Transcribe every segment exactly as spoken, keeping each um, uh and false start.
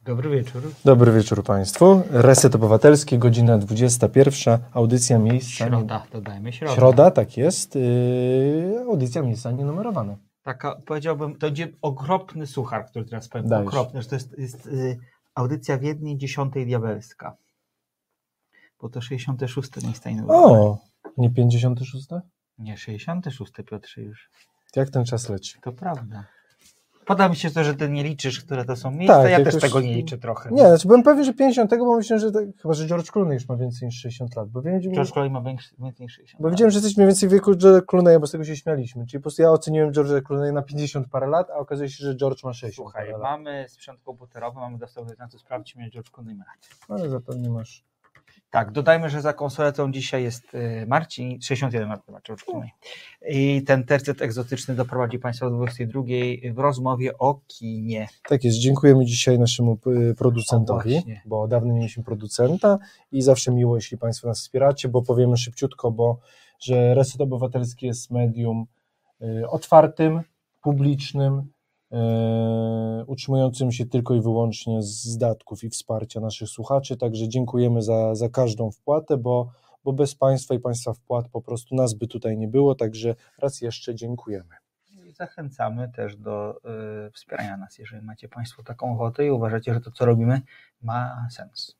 Dobry wieczór. Dobry wieczór Państwu. Reset Obywatelski, godzina dwudziesta pierwsza, audycja miejsca... Środa, dodajmy środa. Środa, tak jest. Yy, audycja miejsca nienumerowane. Taka, powiedziałbym, to będzie okropny suchar, który teraz powiem. Dajesz. Okropny, że to jest, jest y, audycja w jednej dziesiątej diabelska. Bo to sześćdziesiąte szóste miejsce nienumerowane. O, nie pięćdziesiąte szóste? Nie, sześćdziesiąte szóste, Piotrze, już. Jak ten czas leci? To prawda. Podoba mi się to, że ty nie liczysz, które to są miejsca, Tak, ja jakoś... też tego nie liczę trochę. Nie, znaczy byłem pewien, że pięćdziesiątego, bo myślałem, że tak, chyba, że George Clooney już ma więcej niż sześćdziesiąt lat. Bo wiem, George Clooney ma więcej, więcej niż sześćdziesiąt Bo lat. widziałem, że jesteś mniej więcej w wieku George'a Clooney'a, bo z tego się śmialiśmy. Czyli po prostu ja oceniłem George'a Clooney'a na pięćdziesiąt parę lat, a okazuje się, że George ma sześćdziesiąt Słuchaj, parę lat. mamy sprzęt komputerowy, mamy dostęp do internetu, sprawdźmy, ile George Clooney ma lat. Ale za to nie masz... Tak, dodajmy, że za konsoletą dzisiaj jest Marcin, sześćdziesiąt jeden lat, George Clooney. I ten tercet egzotyczny doprowadzi Państwa do dwudziestej drugiej w rozmowie o kinie. Tak jest, dziękujemy dzisiaj naszemu producentowi, O, bo dawno nie mieliśmy producenta i zawsze miło, jeśli Państwo nas wspieracie, bo powiemy szybciutko, bo że Reset Obywatelski jest medium y, otwartym, publicznym, y, utrzymującym się tylko i wyłącznie z datków i wsparcia naszych słuchaczy, także dziękujemy za, za każdą wpłatę, bo, bo bez Państwa i Państwa wpłat po prostu nas by tutaj nie było, także raz jeszcze dziękujemy. Zachęcamy też do y, wspierania nas, jeżeli macie Państwo taką ochotę i uważacie, że to, co robimy, ma sens.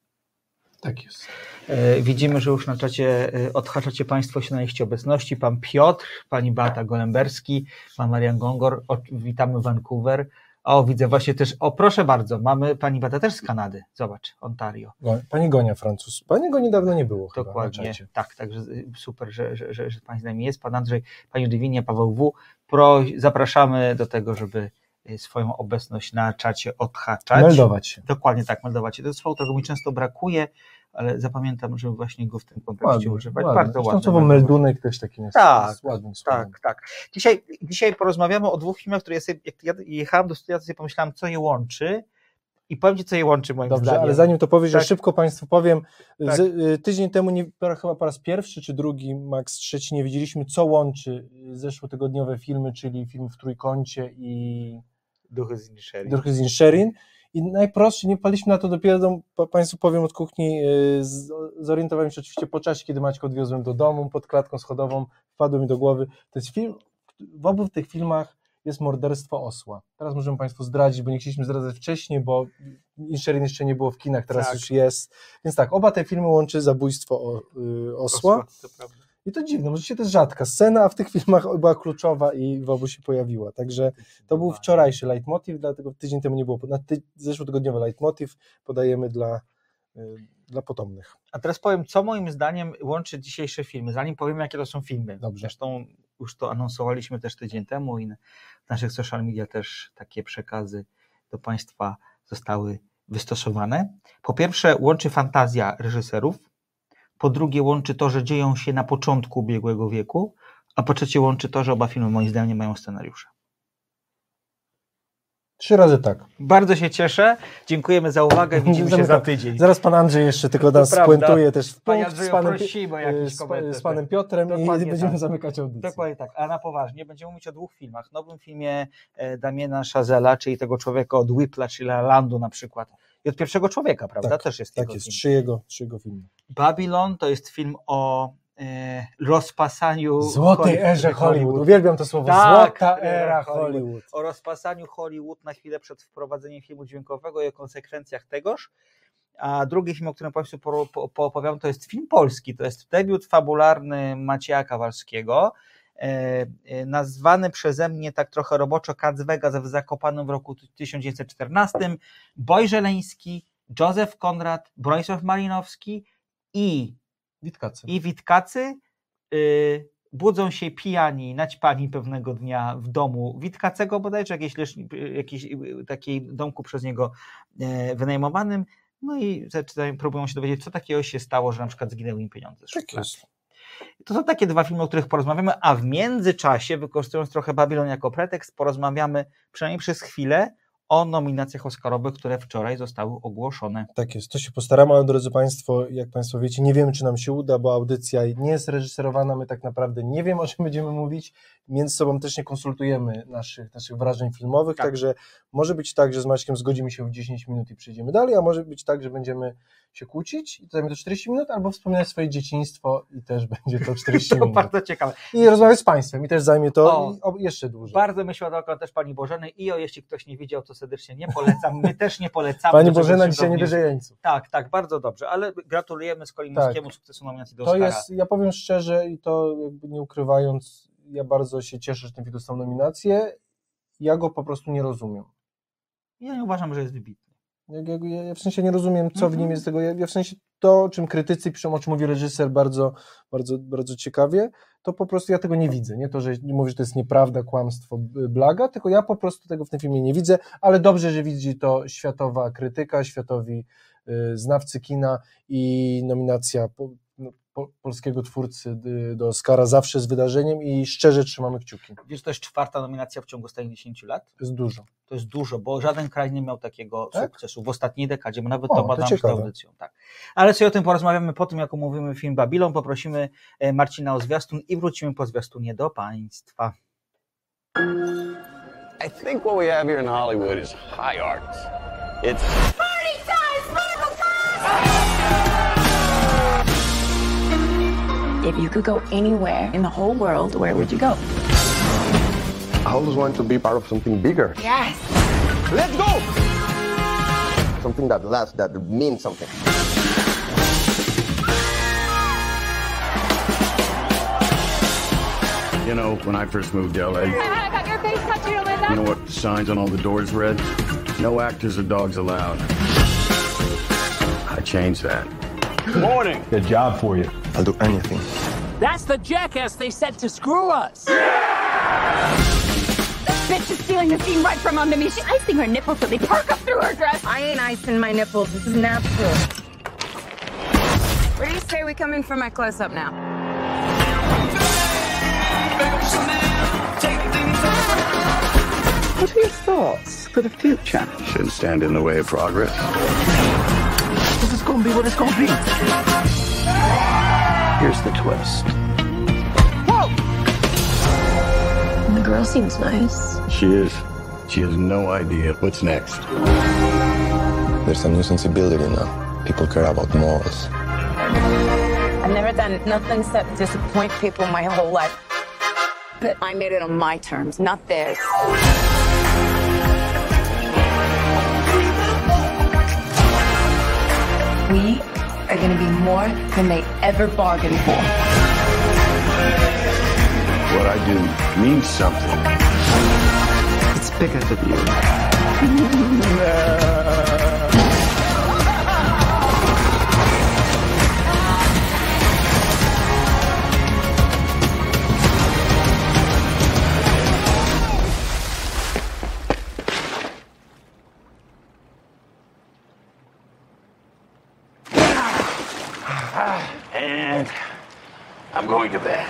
Tak jest. Y, widzimy, że już na czacie y, odhaczacie Państwo się na liście obecności. Pan Piotr, Pani Beata Golemberski, Pan Marian Gongor, o, witamy Vancouver. O, widzę właśnie też, o proszę bardzo, mamy Pani Beata też z Kanady, zobacz, Ontario. Pani Gonia Francuz, Pani go niedawno nie było chyba. Dokładnie, tak, także super, że, że, że, że Pani z nami jest, Pan Andrzej, Pani Dywinia, Paweł W. Pro, zapraszamy do tego, żeby swoją obecność na czacie odhaczać. Meldować się. Dokładnie tak, meldować się. To słowo, którego mi często brakuje, ale zapamiętam, żeby właśnie go w tym kontekście ładny, używać. Ładny. Bardzo ładne. Słowo meldunek też taki jest, tak, jest ładnym słowem. Tak, tak. Dzisiaj, dzisiaj porozmawiamy o dwóch filmach, które ja sobie, jak ja jechałem do studia, to sobie pomyślałem, co je łączy. I powiem Ci, co je łączy moim Dobrze, zdaniem. ale zanim to powiesz, tak. że szybko Państwu powiem, tak. z, tydzień temu, nie, chyba po raz pierwszy czy drugi, max trzeci, nie wiedzieliśmy, co łączy zeszłotygodniowe filmy, czyli film w Trójkącie i Duchy z Inisherin. Duchy z Inisherin. I najprostsze, nie wpadliśmy na to dopiero, Państwu powiem od kuchni, zorientowałem się oczywiście po czasie, kiedy Maćka odwiozłem do domu, pod klatką schodową, wpadło mi do głowy, to jest film, w obu tych filmach jest morderstwo osła. Teraz możemy Państwu zdradzić, bo nie chcieliśmy zdradzać wcześniej, bo Inisherin jeszcze nie było w kinach, teraz tak. już jest. Więc tak, oba te filmy łączy zabójstwo o, y, osła. osła to prawda. I to dziwne, może się to jest rzadka scena, a w tych filmach była kluczowa i w obu się pojawiła. Także to był wczorajszy leitmotiv, dlatego tydzień temu nie było. Na ty, zeszłotygodniowy leitmotiv podajemy dla, y, dla potomnych. A teraz powiem, co moim zdaniem łączy dzisiejsze filmy, zanim powiem, jakie to są filmy. Dobrze. Zresztą już to anonsowaliśmy też tydzień temu i w naszych social media też takie przekazy do Państwa zostały wystosowane. Po pierwsze, łączy fantazja reżyserów. Po drugie, łączy to, że dzieją się na początku ubiegłego wieku, a po trzecie, łączy to, że oba filmy moim zdaniem nie mają scenariusza. Trzy razy tak. Bardzo się cieszę. Dziękujemy za uwagę. Widzimy się za tydzień. Zaraz Pan Andrzej jeszcze tylko nas spuentuje też w punkt z panem, z, z panem Piotrem Dokładnie i będziemy tak. zamykać audycję. Dokładnie tak. A na poważnie będziemy mówić o dwóch filmach. Nowym filmie Damiena Chazella, czyli tego człowieka od Whiplash, czyli La La Landu na przykład. I od Pierwszego człowieka, prawda? Tak, też jest tak jego jest. film. Trzy jego, trzy jego filmy. Babylon to jest film o e, rozpasaniu Złotej erze Hollywood. Hollywood. Uwielbiam to słowo. Tak, Złota era Hollywood. Hollywood. O rozpasaniu Hollywood na chwilę przed wprowadzeniem filmu dźwiękowego i o konsekwencjach tegoż. A drugi film, o którym Państwu poopowiadam, to jest film polski. To jest debiut fabularny Macieja Kawalskiego, e, e, nazwany przeze mnie tak trochę roboczo Cats Vegas w Zakopanem w roku tysiąc dziewięćset czternastym. Boj Żeleński, Józef Konrad, Bronisław Malinowski i Witkacy. I Witkacy y, budzą się pijani, naćpani pewnego dnia w domu Witkacego, bodajże jakieś, jakieś takiej domku przez niego e, wynajmowanym, no i zaczynają, próbują się dowiedzieć, co takiego się stało, że na przykład zginęły im pieniądze. Tak jest. To są takie dwa filmy, o których porozmawiamy, a w międzyczasie, wykorzystując trochę Babylon jako pretekst, porozmawiamy przynajmniej przez chwilę o nominacjach oscarowych, które wczoraj zostały ogłoszone. Tak jest, to się postaramy, ale drodzy Państwo, jak Państwo wiecie, nie wiemy, czy nam się uda, bo audycja nie jest reżyserowana, my tak naprawdę nie wiemy, o czym będziemy mówić, między sobą też nie konsultujemy naszych, naszych wrażeń filmowych, tak. Także może być tak, że z Maćkiem zgodzimy się w dziesięć minut i przejdziemy dalej, a może być tak, że będziemy się kłócić i to zajmie to czterdzieści minut, albo wspominać swoje dzieciństwo i też będzie to czterdzieści to minut. bardzo ciekawe. I rozmawiać z Państwem i też zajmie to o, i, o, jeszcze dłużej. Bardzo myślę o oka też Pani Bożeny i o, jeśli ktoś nie widział, to serdecznie nie polecam. My też nie polecamy. Pani Bożena dzisiaj nie bierze jeńców. Tak, tak, bardzo dobrze, ale gratulujemy Skolimowskiemu tak. sukcesu nominacji do To Oscara. jest, ja powiem szczerze i to jakby nie ukrywając, ja bardzo się cieszę, że ten film dostał nominację. Ja go po prostu nie rozumiem. Ja nie uważam, że jest wybitny. Ja, ja, ja w sensie nie rozumiem, co mm-hmm. w nim jest tego. Ja, ja w sensie to, o czym krytycy piszą, o czym mówi reżyser bardzo, bardzo, bardzo ciekawie, to po prostu ja tego nie widzę. Nie to, że mówię, że to jest nieprawda, kłamstwo, blaga, tylko ja po prostu tego w tym filmie nie widzę, ale dobrze, że widzi to światowa krytyka, światowi y, znawcy kina i nominacja po, no, po, polskiego twórcy do Oscara zawsze z wydarzeniem i szczerze trzymamy kciuki. Wiesz, to jest czwarta nominacja w ciągu ostatnich dziesięciu lat? To jest dużo. To jest dużo, bo żaden kraj nie miał takiego tak? sukcesu w ostatniej dekadzie, bo nawet o, to badam przed audycją. Tak. Ale sobie o tym porozmawiamy po tym, jak omówimy film Babylon. Poprosimy Marcina o zwiastun i wrócimy po zwiastunie do Państwa. I think what we have here in Hollywood is high art. It's party time, sparkle time! If you could go anywhere in the whole world, where would you go? I always want to be part of something bigger. Yes! Let's go! Something that lasts, that means something. You know, when I first moved to L A, I got your face tattooed on my back. You know what the signs on all the doors read? No actors or dogs allowed. I changed that. Good morning. Good job for you. I'll do anything. That's the jackass they sent to screw us. This bitch is stealing the scene right from under me. She's icing her nipples so they perk up through her dress. I ain't icing my nipples. This is natural. Where do you say we come in for my close-up now? What are your thoughts for the future? Shouldn't stand in the way of progress. This is gonna be what it's gonna be. Here's the twist. Whoa! The girl seems nice. She is. She has no idea what's next. There's a new sensibility now. People care about morals. I've never done nothing except disappoint people my whole life. But I made it on my terms, not theirs. We are going to be more than they ever bargained for. What I do means something. It's bigger than you. And I'm going to bed.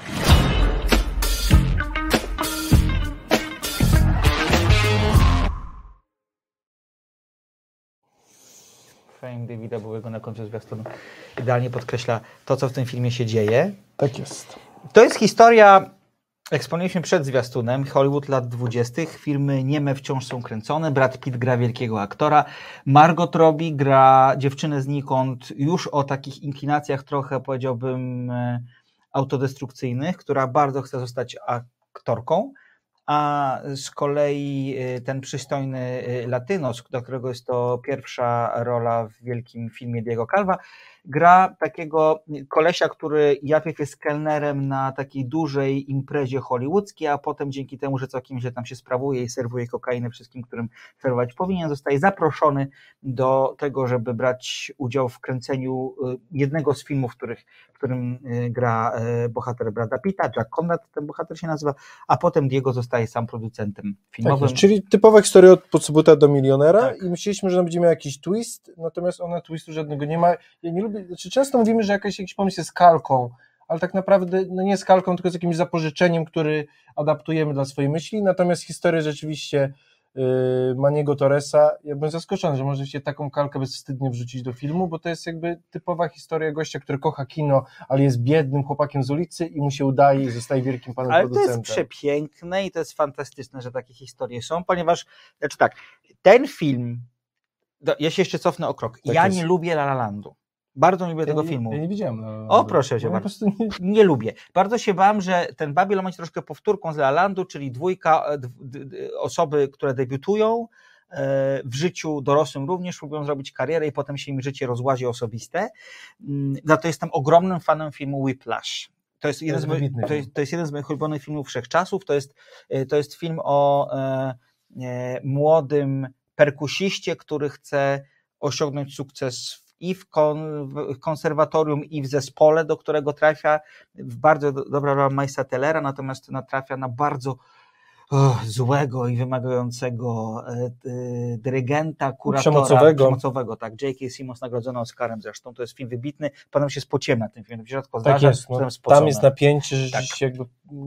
Frame Davida byłego na końcu zwiastunu idealnie podkreśla to, co w tym filmie się dzieje. Tak jest. To jest historia, jak wspomnieliśmy przed zwiastunem, Hollywood lat dwudziestych. Filmy nieme wciąż są kręcone. Brad Pitt gra wielkiego aktora. Margot Robbie gra dziewczynę znikąd już o takich inklinacjach trochę, powiedziałbym, autodestrukcyjnych, która bardzo chce zostać aktorką. A z kolei ten przystojny Latynos, do którego jest to pierwsza rola w wielkim filmie Diego Calva, gra takiego kolesia, który najpierw jest kelnerem na takiej dużej imprezie hollywoodzkiej, a potem dzięki temu, że całkiem źle tam się sprawuje i serwuje kokainę wszystkim, którym serwować powinien, zostaje zaproszony do tego, żeby brać udział w kręceniu jednego z filmów, w, których, w którym gra bohater Brada Pitta, Jack Conrad, ten bohater się nazywa, a potem Diego zostaje sam producentem filmowym. Tak, czyli typowa historia od podsubuta do milionera tak. I myśleliśmy, że on będzie miał jakiś twist, natomiast ona twistu żadnego nie ma. Ja nie lubię, znaczy często mówimy, że jakaś, jakiś pomysł jest kalką, ale tak naprawdę no nie z kalką, tylko z jakimś zapożyczeniem, który adaptujemy dla swojej myśli, natomiast historia rzeczywiście yy, Maniego Torresa. Ja byłem zaskoczony, że możecie taką kalkę bezwstydnie wrzucić do filmu, bo to jest jakby typowa historia gościa, który kocha kino, ale jest biednym chłopakiem z ulicy i mu się udaje i zostaje wielkim panem Ale producentem. to jest przepiękne i to jest fantastyczne, że takie historie są, ponieważ, znaczy tak, ten film, do, ja się jeszcze cofnę o krok, Tak ja jest. nie lubię La La Landu. Bardzo nie lubię Ja tego nie, filmu. Ja nie widziałem. No, O, proszę cię ja po bardzo. prostu nie... Nie lubię. Bardzo się bałem, że ten Babylon będzie troszkę powtórką z La La Landu, czyli dwójka d, d, d, osoby, które debiutują e, w życiu dorosłym również, próbują zrobić karierę i potem się im życie rozłazi osobiste. Za to jestem ogromnym fanem filmu Whiplash. To jest, jeden jest z moich, wybitny to, film. jest, to jest jeden z moich ulubionych filmów wszechczasów. To jest, to jest film o e, e, młodym perkusiście, który chce osiągnąć sukces i w, kon, w konserwatorium, i w zespole, do którego trafia. Bardzo do, dobra rola Milesa Tellera, natomiast natrafia na bardzo oh, złego i wymagającego e, e, dyrygenta, kuratora, Przemocowego. przemocowego tak. J K. Simmons nagrodzony Oscarem zresztą. To jest film wybitny. Potem się spociłem na tym filmie. To się rzadko Tak zdarza. jest, no. Potem Tam spocone. jest napięcie, że rzeczywiście jakby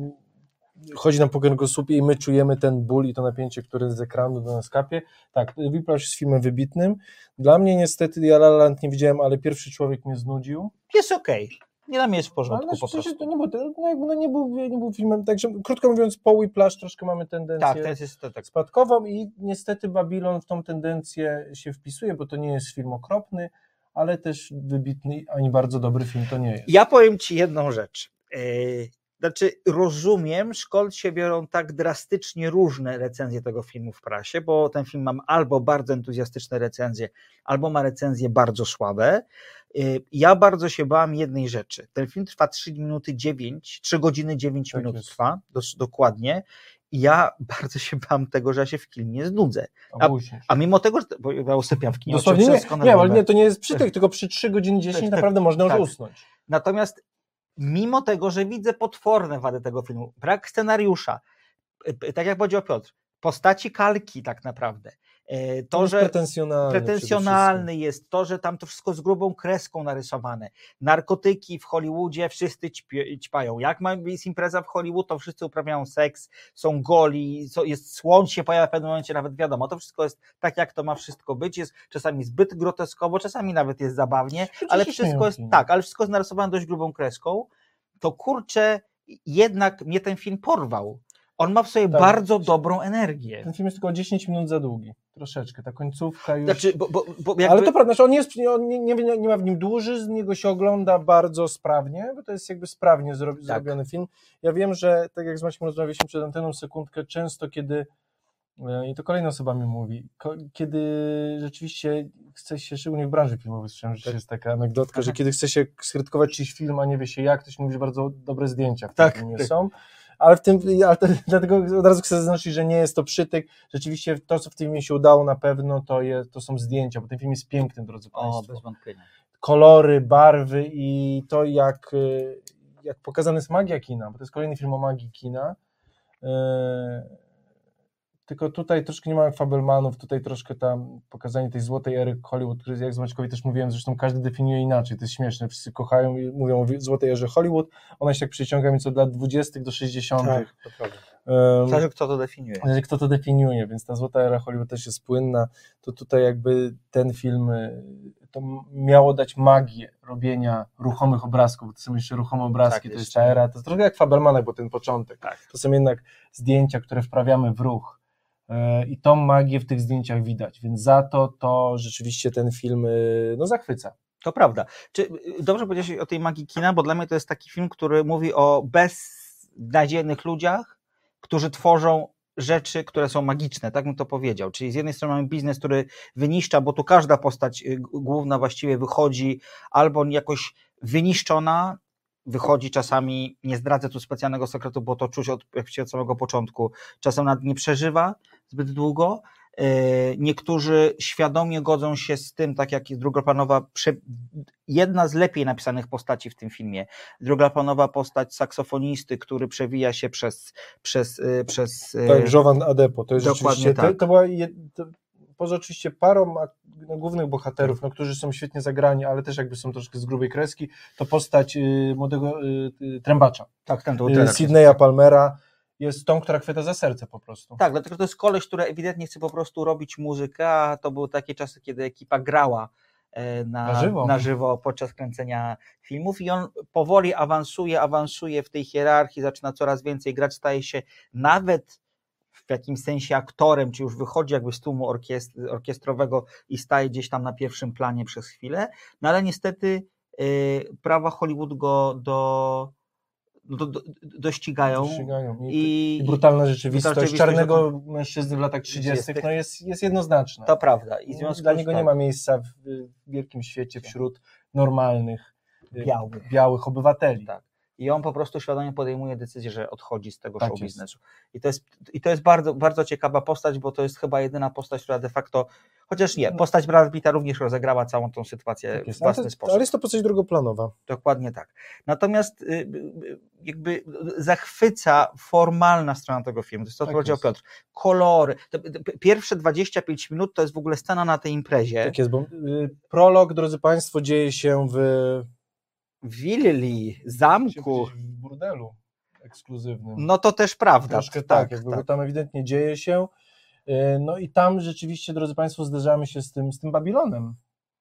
chodzi nam po kręgosłupie i my czujemy ten ból i to napięcie, które z ekranu do nas kapie. Tak, Whiplash jest filmem wybitnym. Dla mnie niestety, ja La La Land nie widziałem, ale Pierwszy Człowiek mnie znudził. Jest okej. Okay. Nie dla mnie jest w porządku Ale po w sensie prostu. to nie był, no jakby no nie, był, nie był filmem, także krótko mówiąc, po Whiplash troszkę mamy tendencję Tak, to jest to, tak. spadkową i niestety Babylon w tą tendencję się wpisuje, bo to nie jest film okropny, ale też wybitny, ani bardzo dobry film to nie jest. Ja powiem Ci jedną rzecz. Yy, znaczy rozumiem, skąd się biorą tak drastycznie różne recenzje tego filmu w prasie, bo ten film ma albo bardzo entuzjastyczne recenzje, albo ma recenzje bardzo słabe. Yy, ja bardzo się bałam jednej rzeczy. Ten film trwa trzy minuty dziewięć, trzy godziny dziewięć Tak minut jest. trwa, dos, dokładnie. I ja bardzo się bałam tego, że ja się w kinie nie znudzę. A, A, a mimo tego, że bo ja usypiam w kinie. Dosłownie nie, wszystko na nie, ale głowę. nie, to nie jest przytyk, tylko przy trzy godziny dziesięć Tak, naprawdę można tak. już usnąć. Natomiast mimo tego, że widzę potworne wady tego filmu, brak scenariusza, tak jak powiedział Piotr, postaci kalki tak naprawdę, to, jest że pretensjonalny, pretensjonalny jest, to, że tam to wszystko z grubą kreską narysowane, narkotyki w Hollywoodzie wszyscy ćpi, ćpają, jak ma jest impreza w Hollywood, to wszyscy uprawiają seks, są goli, jest słoń się pojawia w pewnym momencie, nawet wiadomo, to wszystko jest tak, jak to ma wszystko być, jest czasami zbyt groteskowo, czasami nawet jest zabawnie, Przecież ale się wszystko jest, śmieją. tak, ale wszystko jest narysowane dość grubą kreską, to kurczę, jednak mnie ten film porwał. On ma w sobie Tak. bardzo dobrą energię. Ten film jest tylko dziesięć minut za długi. Troszeczkę. Ta końcówka już... Znaczy, bo, bo, bo jakby... Ale to prawda, że on, jest, on nie, nie, nie ma w nim dłuży, z niego się ogląda bardzo sprawnie, bo to jest jakby sprawnie zro, tak. zrobiony film. Ja wiem, że tak jak z Maćkiem rozmawialiśmy przed anteną sekundkę, często kiedy, i to kolejna osoba mi mówi, ko, kiedy rzeczywiście chce się, szczególnie w branży filmowej, słyszałem, że jest taka anegdotka, że kiedy chce się skrytykować czyjś film, a nie wie się jak, ktoś mówi, że bardzo dobre zdjęcia w tym tak, filmie tak. są. Ale w tym, ale to, dlatego od razu chcę zaznaczyć, że nie jest to przytyk. Rzeczywiście to, co w tym filmie się udało na pewno, to, je, to są zdjęcia, bo ten film jest piękny, drodzy Państwo. O, bez wątpienia. Kolory, barwy i to, jak, jak pokazana jest magia kina, bo to jest kolejny film o magii kina. Yy, tylko tutaj troszkę nie mamy Fabelmanów, tutaj troszkę tam pokazanie tej złotej ery Hollywood, który jak z Maćkowi też mówiłem, zresztą każdy definiuje inaczej, to jest śmieszne, wszyscy kochają i mówią o złotej erze Hollywood, ona się tak przyciąga między od lat dwudziestych do sześćdziesiątych. Tak, to prawda. Um, Zależy, kto to definiuje. Zależy, kto to definiuje, więc ta złota era Hollywood też jest płynna, to tutaj jakby ten film to miało dać magię robienia ruchomych obrazków, bo to są jeszcze ruchome obrazki, tak, to jest ta era, to jest trochę jak Fabelmanek, bo ten początek, tak. To są jednak zdjęcia, które wprawiamy w ruch. I tą magię w tych zdjęciach widać, więc za to to rzeczywiście ten film no, zachwyca. To prawda. Czy, dobrze powiedziałeś o tej magii kina, bo dla mnie to jest taki film, który mówi o beznadziejnych ludziach, którzy tworzą rzeczy, które są magiczne, tak bym to powiedział. Czyli z jednej strony mamy biznes, który wyniszcza, bo tu każda postać główna właściwie wychodzi albo jakoś wyniszczona, wychodzi czasami, nie zdradzę tu specjalnego sekretu, bo to czuć od, od samego początku, czasem nawet nie przeżywa zbyt długo. Niektórzy świadomie godzą się z tym, tak jak jest drugoplanowa, jedna z lepiej napisanych postaci w tym filmie, drugoplanowa postać saksofonisty, który przewija się przez... przez, przez tak, Jovan Adepo, to jest rzeczywiście, tak. to, to była, to, poza oczywiście parą no, głównych bohaterów, no, którzy są świetnie zagrani, ale też jakby są troszkę z grubej kreski, to postać y, młodego y, y, trębacza, tak, ten to y, Sydneya Palmera, jest tą, która chwyta za serce po prostu. Tak, dlatego to jest koleś, który ewidentnie chce po prostu robić muzykę, a to były takie czasy, kiedy ekipa grała na, Na żywo. na żywo podczas kręcenia filmów i on powoli awansuje, awansuje w tej hierarchii, zaczyna coraz więcej grać, staje się nawet w jakimś sensie aktorem, czy już wychodzi jakby z tłumu orkiestr, orkiestrowego i staje gdzieś tam na pierwszym planie przez chwilę, no ale niestety y, prawa Hollywood go do, do, do, dościgają. dościgają. I, I, I brutalna rzeczywistość, rzeczywistość czarnego że to, mężczyzny w latach trzydziestych trzydziestych no jest, jest jednoznaczna. To prawda. I w związku Dla z niego tak, nie ma miejsca w, w wielkim świecie wśród normalnych, białych, białych obywateli. Tak. I on po prostu świadomie podejmuje decyzję, że odchodzi z tego tak show biznesu. I to jest, i to jest bardzo, bardzo ciekawa postać, bo to jest chyba jedyna postać, która de facto, chociaż nie, postać Brada Pitta również rozegrała całą tą sytuację tak jest, w własny ale, sposób. Ale jest to postać drugoplanowa. Dokładnie tak. Natomiast jakby zachwyca formalna strona tego filmu. To jest to, co tak powiedział jest. Piotr. Kolory. Pierwsze dwadzieścia pięć minut to jest w ogóle scena na tej imprezie. Tak jest, bo y, prolog, drodzy Państwo, dzieje się w willi, zamku. w burdelu ekskluzywnym. No to też prawda. Troszkę tak, tak, jakby, tak. bo tam ewidentnie dzieje się. No i tam rzeczywiście, drodzy Państwo, zderzamy się z tym, z tym Babilonem.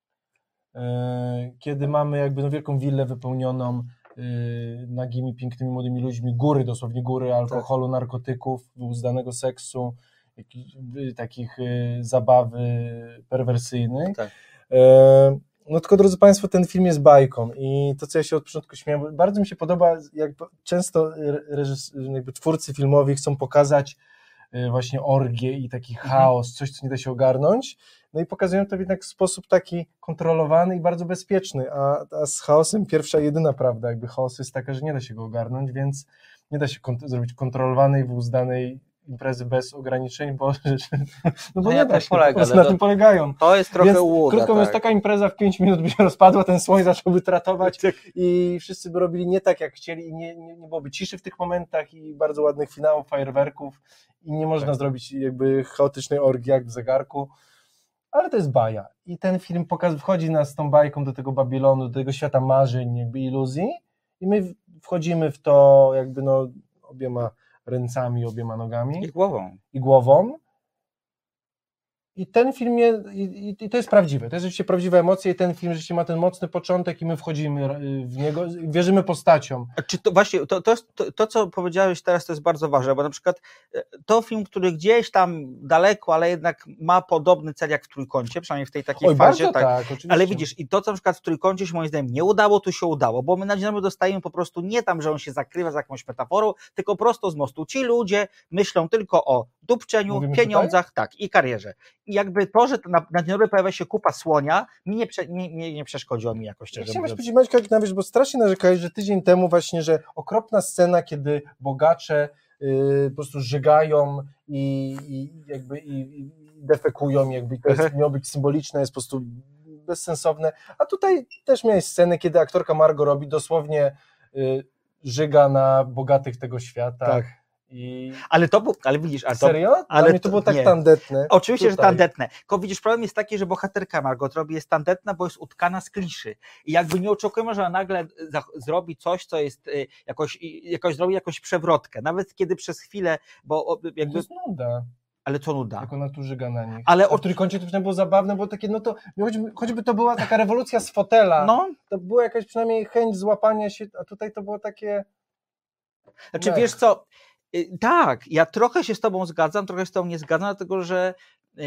Kiedy mamy jakby no wielką willę wypełnioną nagimi, pięknymi, młodymi ludźmi, góry, dosłownie góry alkoholu, tak. narkotyków, wyuzdanego seksu, jakich, takich zabawy perwersyjnych. Tak. No tylko, drodzy Państwo, ten film jest bajką i to, co ja się od początku śmiałem, bardzo mi się podoba, jak często reżys, jakby twórcy filmowi chcą pokazać właśnie orgię i taki chaos, coś, co nie da się ogarnąć, no i pokazują to jednak w sposób taki kontrolowany i bardzo bezpieczny, a, a z chaosem pierwsza i jedyna prawda, jakby chaos jest taka, że nie da się go ogarnąć, więc nie da się kont- zrobić kontrolowanej, wyuzdanej imprezy bez ograniczeń, bo, no bo no nie ja da się, polega, po prostu na to, tym polegają. To jest trochę Więc, łuda. Krótko mówiąc, tak. taka impreza w pięć minut by się rozpadła, ten słoń zacząłby tratować i wszyscy by robili nie tak, jak chcieli i nie, nie, nie byłoby ciszy w tych momentach i bardzo ładnych finałów, fajerwerków i nie można tak. zrobić jakby chaotycznej orgii jak w zegarku, ale to jest baja. I ten film pokaz, wchodzi nas z tą bajką do tego Babilonu, do tego świata marzeń, jakby iluzji i my wchodzimy w to jakby no obiema ręcami, obiema nogami. I głową. I głową. I ten film, je, i, i to jest prawdziwe, to jest rzeczywiście prawdziwe emocje i ten film rzeczywiście ma ten mocny początek i my wchodzimy w niego, wierzymy postaciom. A czy to właśnie, to, to, jest, to, to co powiedziałeś teraz, to jest bardzo ważne, bo na przykład to film, który gdzieś tam daleko, ale jednak ma podobny cel jak w Trójkącie, przynajmniej w tej takiej Oj, fazie. bardzo tak, tak, oczywiście. Ale widzisz, i to co na przykład w Trójkącie się moim zdaniem nie udało, tu się udało, bo my na dzień dobry dostajemy po prostu nie tam, że on się zakrywa za jakąś metaforą, tylko prosto z mostu. Ci ludzie myślą tylko o dupczeniu, Mówimy pieniądzach, tutaj? tak, i karierze. I jakby to, że na, na dzień dobry pojawia się kupa słonia, mi nie, prze, nie, nie, nie przeszkodziło mi jakoś szczerze Chciałem mówiąc. powiedzieć, Maćka, jak nawiesz, bo strasznie narzekałeś, że tydzień temu właśnie, że okropna scena, kiedy bogacze yy, po prostu żygają i, i jakby i, i defekują, jakby to jest, miało być symboliczne, jest po prostu bezsensowne, a tutaj też miałeś sceny, kiedy aktorka Margot Robbie dosłownie yy, żyga na bogatych tego świata. Tak. I... Ale to był, ale widzisz, ale to, Serio? ale Dla mnie to było tak nie. tandetne. Oczywiście, tutaj. że tandetne. Tylko widzisz, problem jest taki, że bohaterka Margot Robbie jest tandetna, bo jest utkana z kliszy. I jakby nie oczekujemy, że ona nagle za, zrobi coś, co jest y, jakoś, y, jakoś zrobi jakąś przewrotkę. Nawet kiedy przez chwilę, bo jakby... To jest nuda. Ale co nuda? Jak ona tu żyga na nich. Ale a w Trójkącie to przynajmniej było zabawne, bo takie, no to choćby, choćby to była taka rewolucja z fotela, no. to była jakaś przynajmniej chęć złapania się, a tutaj to było takie... Znaczy Mech. wiesz co, y, tak, ja trochę się z tobą zgadzam, trochę się z tobą nie zgadzam, dlatego że yy,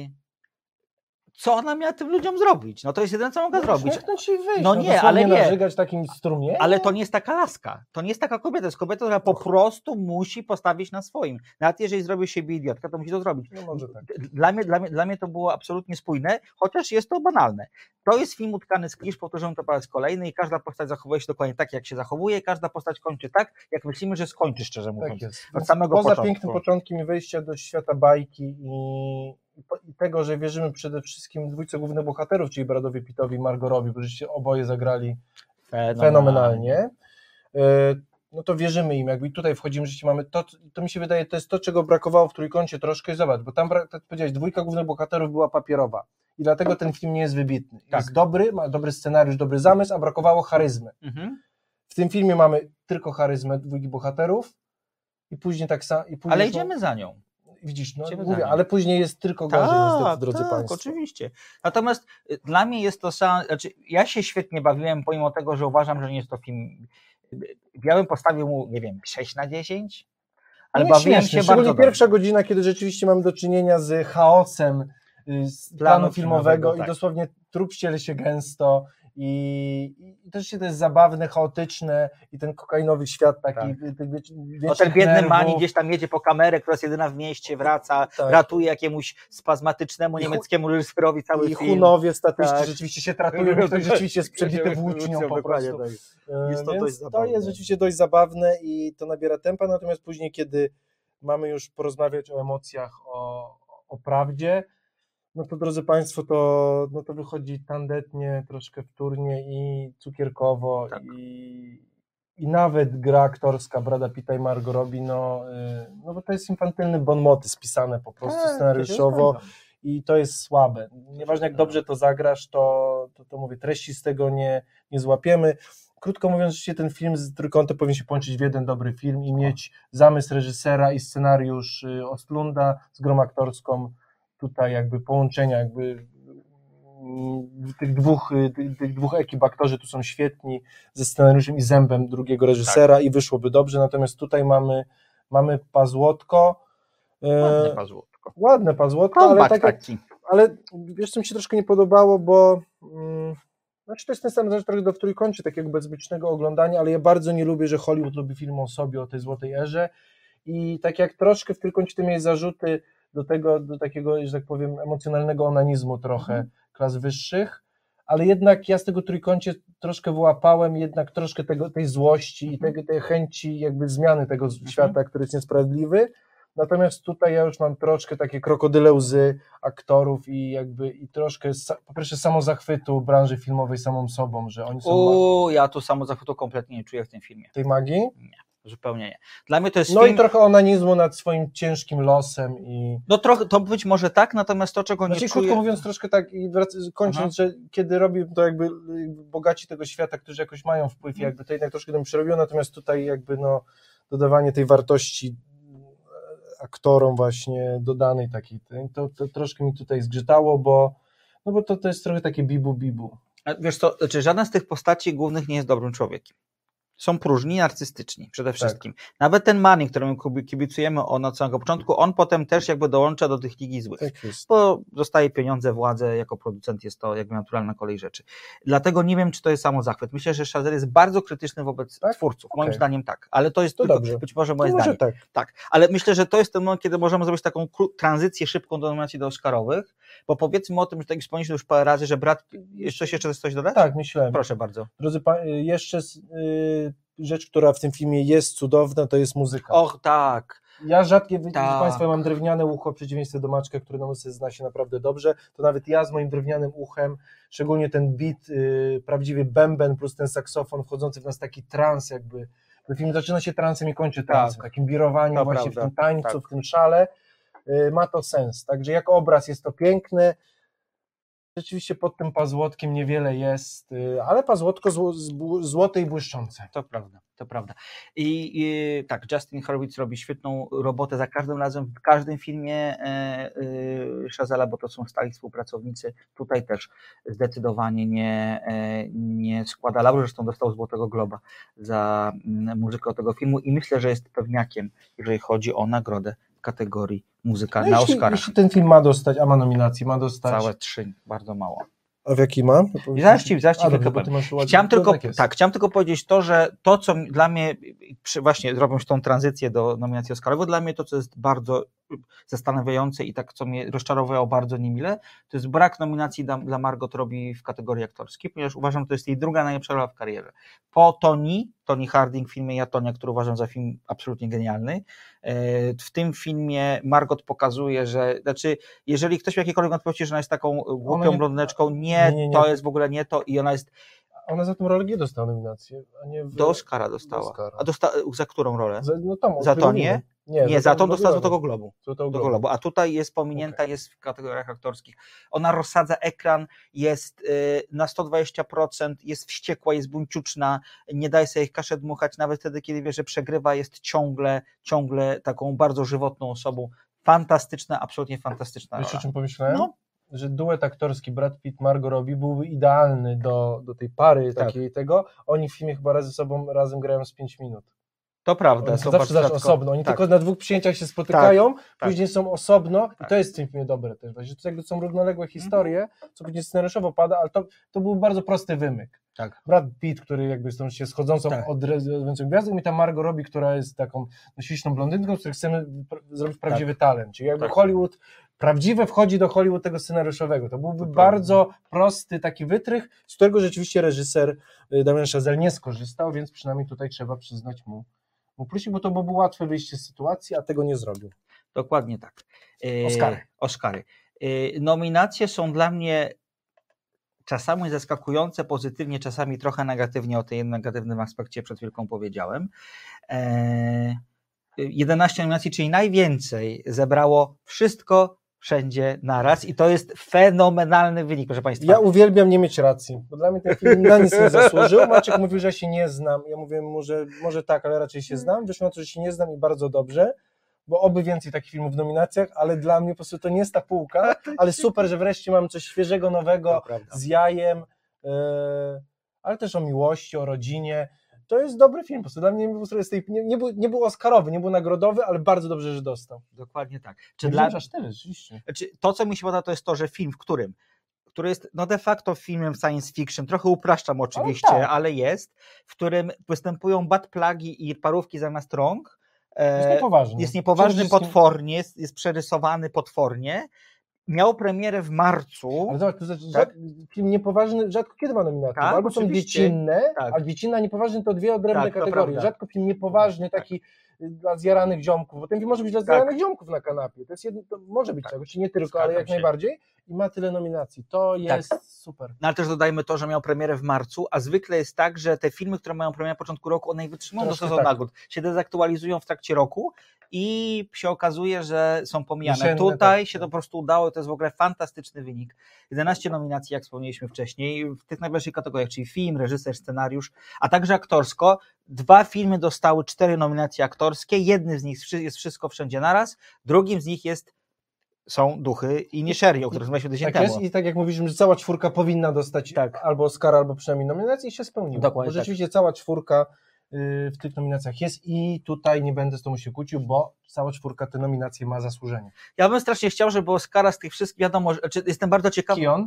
co ona miała tym ludziom zrobić? No to jest jedyne, co mogła no, zrobić. Śmiechnąć i wyjść. No no nie, ale nie. narzygać takim strumieniem. Ale to nie jest taka laska, to nie jest taka kobieta, to jest kobieta, która po prostu musi postawić na swoim. Nawet jeżeli zrobi siebie idiotka, to musi to zrobić. No może tak. Dla mnie, dla, mnie, dla mnie to było absolutnie spójne, chociaż jest to banalne. To jest film utkany z klisz, powtórzymy to po raz kolejny i każda postać zachowuje się dokładnie tak, jak się zachowuje, każda postać kończy tak, jak myślimy, że skończy, szczerze mówiąc. Tak jest. Od samego Poza początku. pięknym początkiem i wejścia do świata bajki i, i tego, że wierzymy przede wszystkim dwójce głównych bohaterów, czyli Bradowi Pittowi i Margot Robbie, bo żeście oboje zagrali fenomenalnie. fenomenalnie. No to wierzymy im, jakby tutaj wchodzimy, że mamy to, to mi się wydaje, to jest to, czego brakowało w Trójkącie troszkę, zobacz, bo tam, tak jak powiedziałeś, dwójka głównych bohaterów była papierowa i dlatego ten film nie jest wybitny. Tak. Jest dobry, ma dobry scenariusz, dobry zamysł, a brakowało charyzmy. Mhm. W tym filmie mamy tylko charyzmę dwójki bohaterów i później tak samo. Ale idziemy za nią. Widzisz, no Idziemy mówię, za ale później jest tylko gorzej, tak, niestety, drodzy tak, Państwo. Oczywiście. Natomiast y, dla mnie jest to sam, znaczy ja się świetnie bawiłem, pomimo tego, że uważam, że nie jest to film. Ja bym postawił mu, nie wiem, sześć na dziesięć, ale no bawiłem śmieszne. się bardzo pierwsza dobrze. godzina, kiedy rzeczywiście mamy do czynienia z chaosem z planu, planu filmowego, filmowego tak. I dosłownie trup ściele się gęsto i, i też się to jest zabawne, chaotyczne i ten kokainowy świat taki. Tak. Ty, ty, ty, no ten biedny nerwów. Mani gdzieś tam jedzie po kamerę, która jest jedyna w mieście, wraca, tak. ratuje jakiemuś spazmatycznemu I niemieckiemu reżyserowi cały I film. I Hunowie statyści tak. rzeczywiście się tratują, ktoś rzeczywiście jest przebity włócznią po prostu. Tak. Jest to, Więc dość to jest rzeczywiście dość zabawne i to nabiera tempa, natomiast później, kiedy mamy już porozmawiać o emocjach, o, o prawdzie, no to drodzy Państwo, to, no to wychodzi tandetnie, troszkę wtórnie i cukierkowo tak. i, i nawet gra aktorska Brada Pitta i Margot Robbie, no, no bo to jest infantylny bon moty spisane po prostu tak, scenariuszowo i to jest słabe. Nieważne jak dobrze to zagrasz, to, to, to mówię, treści z tego nie, nie złapiemy. Krótko mówiąc, że ten film z Trójkątem powinien się połączyć w jeden dobry film i mieć zamysł reżysera i scenariusz Ostlunda z grą aktorską, tutaj jakby połączenia jakby tych dwóch, tych dwóch ekip, aktorzy tu są świetni ze scenariuszem i zębem drugiego reżysera tak. i wyszłoby dobrze, natomiast tutaj mamy, mamy pazłotko. Ładne pazłotko. Ładne pazłotko, ale, tak jak, ale wiesz co mi się troszkę nie podobało, bo mm, znaczy to jest ten sam rzecz trochę do w Trójkącie, takiego bezpiecznego oglądania, ale ja bardzo nie lubię, że Hollywood lubi film o sobie, o tej złotej erze i tak jak troszkę w Trójkącie ty miałeś zarzuty do tego, do takiego, że tak powiem, emocjonalnego onanizmu trochę mm. klas wyższych, ale jednak ja z tego Trójkącie troszkę wyłapałem jednak troszkę tego, tej złości mm. i tej, tej chęci jakby zmiany tego mm. świata, który jest niesprawiedliwy, natomiast tutaj ja już mam troszkę takie krokodyle łzy aktorów i jakby i troszkę po pierwsze samozachwytu branży filmowej samą sobą, że oni są... O, ja tu samozachwytu kompletnie nie czuję w tym filmie. Tej magii? Nie. Zupełnie nie. Dla mnie to jest no film... i trochę onanizmu nad swoim ciężkim losem i... No trochę, to być może tak, natomiast to, czego znaczy, nie czuję... krótko mówiąc troszkę tak i wrac- kończąc, Aha. że kiedy robi to jakby bogaci tego świata, którzy jakoś mają wpływ, hmm. jakby to jednak troszkę tym przerobiło, natomiast tutaj jakby no dodawanie tej wartości aktorom właśnie dodanej takiej, to, to troszkę mi tutaj zgrzytało, bo no bo to, to jest trochę takie bibu-bibu. A wiesz co, znaczy żadna z tych postaci głównych nie jest dobrym człowiekiem. Są próżni, narcystyczni przede wszystkim. Tak. Nawet ten Manny, któremu kibicujemy on od samego początku, on potem też jakby dołącza do tych ligi złych, tak bo dostaje pieniądze, władzę, jako producent jest to jakby naturalna kolej rzeczy. Dlatego nie wiem, czy to jest samozachwyt. Myślę, że Chazelle jest bardzo krytyczny wobec tak? twórców. Moim okay. zdaniem tak, ale to jest to tylko dobrze. Być może moje to zdanie. Tak. tak, ale myślę, że to jest ten moment, kiedy możemy zrobić taką tranzycję szybką do nominacji do Oscarowych, bo powiedzmy o tym, że tak wspomnieliśmy już parę razy, że brat, jeszcze jeszcze coś dodać? Tak, myślałem. Proszę bardzo. Drodzy pa- jeszcze yy... rzecz, która w tym filmie jest cudowna, to jest muzyka. Och, tak. Ja rzadkie, widzicie tak. Państwo, mam drewniane ucho, w przeciwieństwie do Maczka, który na muzyce zna się naprawdę dobrze, to nawet ja z moim drewnianym uchem, szczególnie ten beat, yy, prawdziwy bęben plus ten saksofon wchodzący w nas taki trans jakby, ten film zaczyna się transem i kończy transem, tak. takim wirowaniem to właśnie prawda. W tym tańcu, tak. w tym szale, yy, ma to sens, także jako obraz jest to piękne. Rzeczywiście pod tym pazłotkiem niewiele jest, ale pazłotko zło, złote i błyszczące. To prawda, to prawda. I, i tak, Justin Hurwitz robi świetną robotę za każdym razem, w każdym filmie e, e, Chazella, bo to są stali współpracownicy. Tutaj też zdecydowanie nie, e, nie składa laurów, zresztą dostał Złotego Globa za m, muzykę tego filmu i myślę, że jest pewniakiem, jeżeli chodzi o nagrodę kategorii muzyka no na jeśli, Oscarach. Jeśli ten film ma dostać, a ma nominację, ma dostać... Całe trzy, bardzo mało. A w jaki ma? Zaraz ci, zaraz ci chciałem tylko, tak, chciałem tylko powiedzieć to, że to, co dla mnie, właśnie robiąc tą tranzycję do nominacji Oscarowej, dla mnie to, co jest bardzo zastanawiające i tak, co mnie rozczarowało bardzo niemile, to jest brak nominacji dla, dla Margot Robbie w kategorii aktorskiej, ponieważ uważam, że to jest jej druga najlepsza rola w karierze. Po Toni, Toni Harding w filmie Ja, Tonia, który uważam za film absolutnie genialny. W tym filmie Margot pokazuje, że, znaczy, jeżeli ktoś ma jakiekolwiek wątpliwości, że ona jest taką głupią nie, blondyneczką, nie, nie, nie, nie, to jest w ogóle nie to i ona jest... Ona za tą rolę nie dostała nominację, a nie w... Do Oscara dostała. Do Oscara. A dosta... za którą rolę? Za, no tam, za Tonię? Nie, Nie, za to dostała Globu. Złotego Globu. Złotego Do Globu. Globu. A tutaj jest pominięta, okay. jest w kategoriach aktorskich. Ona rozsadza ekran, jest y, na sto dwadzieścia procent, jest wściekła, jest buńczuczna, nie daje sobie kaszę dmuchać, nawet wtedy, kiedy wie, że przegrywa, jest ciągle, ciągle taką bardzo żywotną osobą. Fantastyczna, absolutnie fantastyczna Wiesz, rola. o czym pomyślałem? No. Że duet aktorski Brad Pitt, Margot Robbie byłby idealny do, do tej pary Tak. takiej tego. Oni w filmie chyba razem ze sobą razem grają z pięć minut. To prawda. Oni są zawsze zawsze rzadko- osobno. Oni tak. tylko na dwóch przyjęciach się spotykają, tak. później są osobno Tak. i to jest w tym filmie dobre też. Że to jakby są równoległe historie, co będzie scenariuszowo pada, ale to, to był bardzo prosty wymyk. Tak. Brad Pitt, który jakby z tą się schodzącą Tak. od odrębną gwiazdą, i ta Margot Robbie, która jest taką no, śliczną blondynką, z której chcemy pr- zrobić prawdziwy talent. Czyli jakby Tak. Hollywood, prawdziwe wchodzi do Hollywood tego scenariuszowego. To byłby To bardzo prosty taki wytrych, z którego rzeczywiście reżyser y, Damien Chazelle nie skorzystał, więc przynajmniej tutaj trzeba przyznać mu, mu plusik, bo to byłoby łatwe wyjście z sytuacji, a tego nie zrobił. Dokładnie tak. E, Oscary. Oscary. E, nominacje są dla mnie czasami zaskakujące pozytywnie, czasami trochę negatywnie. O tym negatywnym aspekcie przed chwilką powiedziałem. E, jedenaście nominacji, czyli najwięcej zebrało Wszystko Wszędzie Naraz i to jest fenomenalny wynik, proszę Państwa. Ja uwielbiam nie mieć racji, bo dla mnie ten film na nic nie zasłużył. Maciek mówił, że się nie znam. Ja mówię mu, że może tak, ale raczej się znam. Wyszło na to, że się nie znam i bardzo dobrze, bo oby więcej takich filmów w nominacjach, ale dla mnie po prostu to nie jest ta półka, ale super, że wreszcie mamy coś świeżego, nowego, z jajem, yy, ale też o miłości, o rodzinie. To jest dobry film, po prostu dla mnie nie był, nie, nie, był, nie był oscarowy, nie był nagrodowy, ale bardzo dobrze, że dostał. Dokładnie tak. Czy Nie dla... aż tyle, rzeczywiście. Znaczy, to, co mi się podoba, to jest to, że film, w którym, który jest no de facto filmem science fiction, trochę upraszczam oczywiście, ale, tak. ale jest, w którym występują bad plagi i parówki zamiast rąk. Jest niepoważny. Jest niepoważny potwornie, jest, jest przerysowany potwornie. Miał premierę w marcu. Ale zobacz, to znaczy, tak? film niepoważny rzadko kiedy ma nominację. Tak, albo są dziecinne, tak. a dziecinna niepoważny to dwie odrębne tak, kategorie. Rzadko film niepoważny, tak. taki dla zjaranych ziomków, bo ten film może być dla tak. zjaranych ziomków na kanapie. To, jest jedno, to może być tak. czegoś, nie tylko, Zgadzam ale jak się. najbardziej. I ma tyle nominacji. To jest tak. super. No ale też dodajmy to, że miał premierę w marcu, a zwykle jest tak, że te filmy, które mają premierę na początku roku, one wytrzymują do sezonu tak. nagród. Się dezaktualizują w trakcie roku i się okazuje, że są pomijane. Jesienne, Tutaj tak. się to po prostu udało, to jest w ogóle fantastyczny wynik. jedenaście nominacji, jak wspomnieliśmy wcześniej, w tych najważniejszych kategoriach, czyli film, reżyser, scenariusz, a także aktorsko. Dwa filmy dostały cztery nominacje aktorskie, jednym z nich jest Wszystko Wszędzie Naraz, drugim z nich jest są Duchy i Nieszeri, o których rozmawialiśmy tydzień tak temu. Jest, i tak jak mówiliśmy, że cała czwórka powinna dostać tak. albo Oscara, albo przynajmniej nominację i się spełniło. Dokładnie, bo rzeczywiście tak. cała czwórka w tych nominacjach jest i tutaj nie będę z tobą się kłócił, bo cała czwórka te nominacje ma zasłużenie. Ja bym strasznie chciał, żeby Oscara z tych wszystkich, wiadomo, czy jestem bardzo ciekawy. Kion?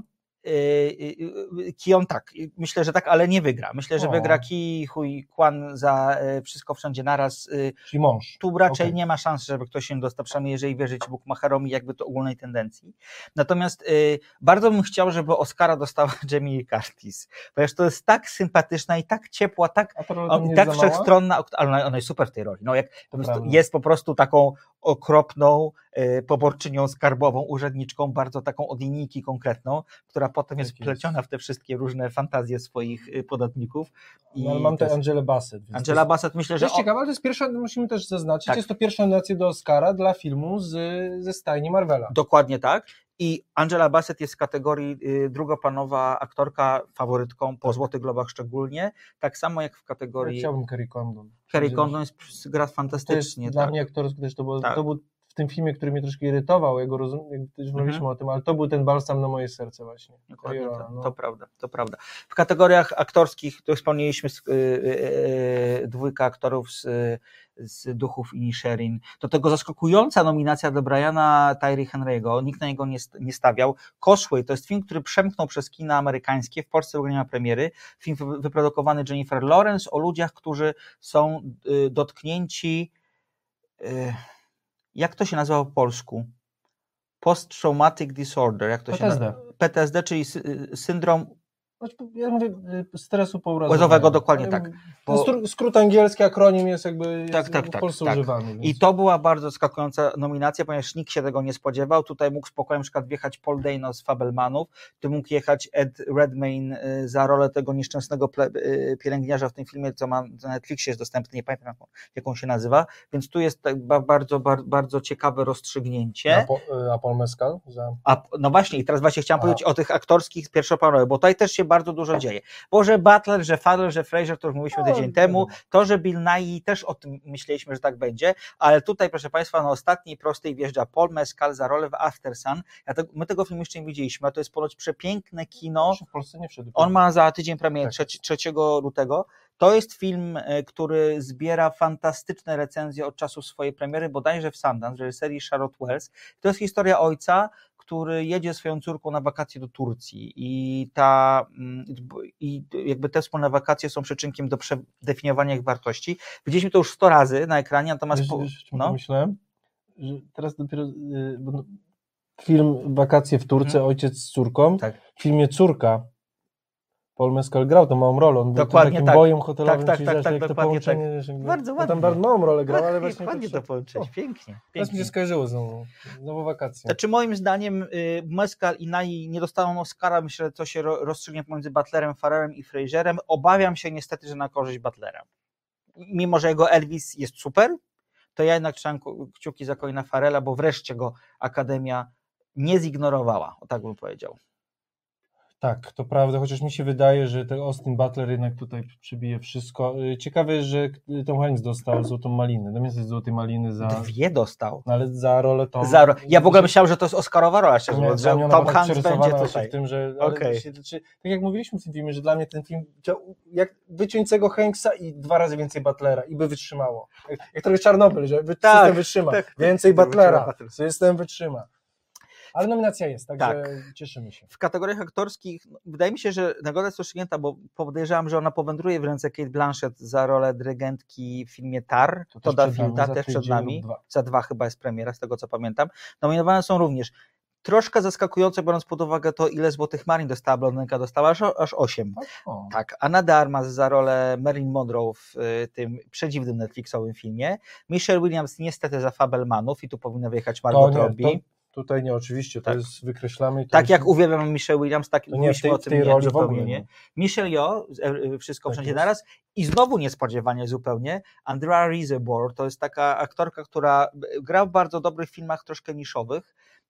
Kion tak, myślę, że tak, ale nie wygra. Myślę, że o. wygra Ki Huy Kwan za Wszystko Wszędzie Naraz. Czyli mąż. Tu raczej okay. nie ma szans, żeby ktoś się dostał, przynajmniej jeżeli wierzyć Bukmacherom i jakby to ogólnej tendencji. Natomiast y, bardzo bym chciał, żeby Oscara dostała Jamie Lee Curtis, ponieważ to jest tak sympatyczna i tak ciepła, tak, on, i tak wszechstronna, ale ona, ona jest super w tej roli. No, jak po prostu, jest po prostu taką okropną y, poborczynią skarbową, urzędniczką, bardzo taką od linijki konkretną, która potem jest wpleciona w te wszystkie różne fantazje swoich podatników. I no, ale mam tutaj Angelę Bassett. Angela jest, Bassett, myślę, że... To jest ciekawe, ale to jest pierwsza, musimy też zaznaczyć, tak. jest to pierwsza nominacja do Oscara dla filmu z, ze stajni Marvela. Dokładnie tak. I Angela Bassett jest w kategorii y, drugoplanowa aktorka, faworytką po Złotych Globach szczególnie, tak samo jak w kategorii... Ja chciałbym Kerry Condon. Kerry Condon jest, gra fantastycznie. To jest tak. Dla mnie aktorsko też to było... Tak. To był w tym filmie, który mnie troszkę irytował, ja go rozumiem, już mówiliśmy mm-hmm. o tym, ale to był ten balsam na moje serce właśnie. Dokładnie, to, no. to prawda, to prawda. W kategoriach aktorskich, tu wspomnieliśmy z, yy, yy, dwójka aktorów z, z Duchów i Nisherin. Do tego zaskakująca nominacja dla Briana Tyree Henry'ego, nikt na niego nie, nie stawiał. Causeway to jest film, który przemknął przez kina amerykańskie, w Polsce w ogóle nie ma premiery. Film wyprodukowany Jennifer Lawrence o ludziach, którzy są yy, dotknięci... Yy, jak to się nazywa po polsku? Post-traumatic disorder. Jak to P T S D. się nazywa? P T S D, czyli syndrom Ja mówię stresu pourazowego. Pozowego, dokładnie tak. Bo... Ten skrót angielski, akronim jest jakby jest tak, tak, w tak, Polsce tak. używany. Więc... I to była bardzo zaskakująca nominacja, ponieważ nikt się tego nie spodziewał. Tutaj mógł spokojnie na przykład wjechać Paul Dano z Fabelmanów, tu mógł jechać Ed Redmayne za rolę tego nieszczęsnego pielęgniarza w tym filmie, co ma na Netflixie jest dostępny, nie pamiętam jak on się nazywa, więc tu jest bardzo, bardzo, bardzo ciekawe rozstrzygnięcie. A, po, a Paul Mescal? Za... A, no właśnie, i teraz właśnie chciałem a. powiedzieć o tych aktorskich pierwszoplanowych, bo tutaj też się bardzo dużo dzieje. Bo że Butler, że Farrell, że Fraser, to już mówiliśmy no, tydzień no, temu, to, że Bill Nighy też o tym myśleliśmy, że tak będzie, ale tutaj, proszę Państwa, na ostatniej prostej wjeżdża Paul Mescal za rolę w After Sun. Ja te, my tego filmu jeszcze nie widzieliśmy, a to jest ponoć przepiękne kino. W Polsce nie wszedł. On ma za tydzień premierę, tak. trzeciego lutego. To jest film, który zbiera fantastyczne recenzje od czasu swojej premiery, bodajże w Sundance, w reżyserii Charlotte Wells. To jest historia ojca, który jedzie swoją córką na wakacje do Turcji i ta i jakby te wspólne wakacje są przyczynkiem do przedefiniowania ich wartości. Widzieliśmy to już sto razy na ekranie, natomiast... Wiesz, po, wiesz, no. Myślałem, że teraz dopiero yy, film Wakacje w Turce, hmm. ojciec z córką, tak. w filmie Córka Paul Mescal grał tą małą rolę, on był takim tak. bojem hotelowym, tak, czyli tak, tak, tak, jak tak, to tak. połączenie, że bardzo ładnie. Tam bardzo małą rolę grał, tak, ale właśnie... Ładnie to, to połączyć, pięknie. Teraz mi się skojarzyło znowu, znowu wakacje. Znaczy moim zdaniem y, Mescal i Nighy nie dostaną Oscara, myślę, że to się ro, rozstrzygnie pomiędzy Butlerem, Farrellem i Fraserem. Obawiam się niestety, że na korzyść Butlera. Mimo, że jego Elvis jest super, to ja jednak trzymam kciuki za Colina Farrella, bo wreszcie go Akademia nie zignorowała, o tak bym powiedział. Tak, to prawda, chociaż mi się wydaje, że ten Austin Butler jednak tutaj przybije wszystko. Ciekawe jest, że Tom Hanks dostał Złotą Malinę. Zamiast Złotej Maliny za... Dwie dostał. No ale za rolę Tom... Za ro... Ja w ogóle myślałem, że to jest Oscarowa rola, szczerze mówiąc, że Tom Hanks będzie tutaj. W tym, że, okay. się, czy, tak jak mówiliśmy w tym filmie, że dla mnie ten film, jak wyciąć tego Hanksa i dwa razy więcej Butlera i by wytrzymało. Jak, jak trochę Czarnobyl, że wy, tak, system wytrzyma. Tak, więcej tak, Butlera, system wytrzyma. Ale nominacja jest, także tak. Cieszymy się. W kategoriach aktorskich wydaje mi się, że nagroda jest rozstrzygnięta, bo podejrzewam, że ona powędruje w ręce Cate Blanchett za rolę dyrygentki w filmie Tar. To, to da Filta, też przed nami. Dwa. Za dwa chyba jest premiera, z tego co pamiętam. Nominowane są również troszkę zaskakujące, biorąc pod uwagę to, ile Złotych Malin dostała, Blondynka dostała aż, aż osiem. O. Tak, Anna de Armas za rolę Marilyn Monroe w y, tym przedziwnym Netflixowym filmie. Michelle Williams niestety za Fabelmanów i tu powinna wyjechać Margot Robbie. Tutaj nie, oczywiście, to tak. jest, wykreślamy. To tak jest... jak uwielbiam Michelle Williams, tak nie, myślę o tym tej nie, roli zupełnie nie. Michelle Yeoh, Wszystko tak wszędzie jest. Naraz i znowu niespodziewanie zupełnie, Andrea Riseborough, to jest taka aktorka, która gra w bardzo dobrych filmach troszkę niszowych,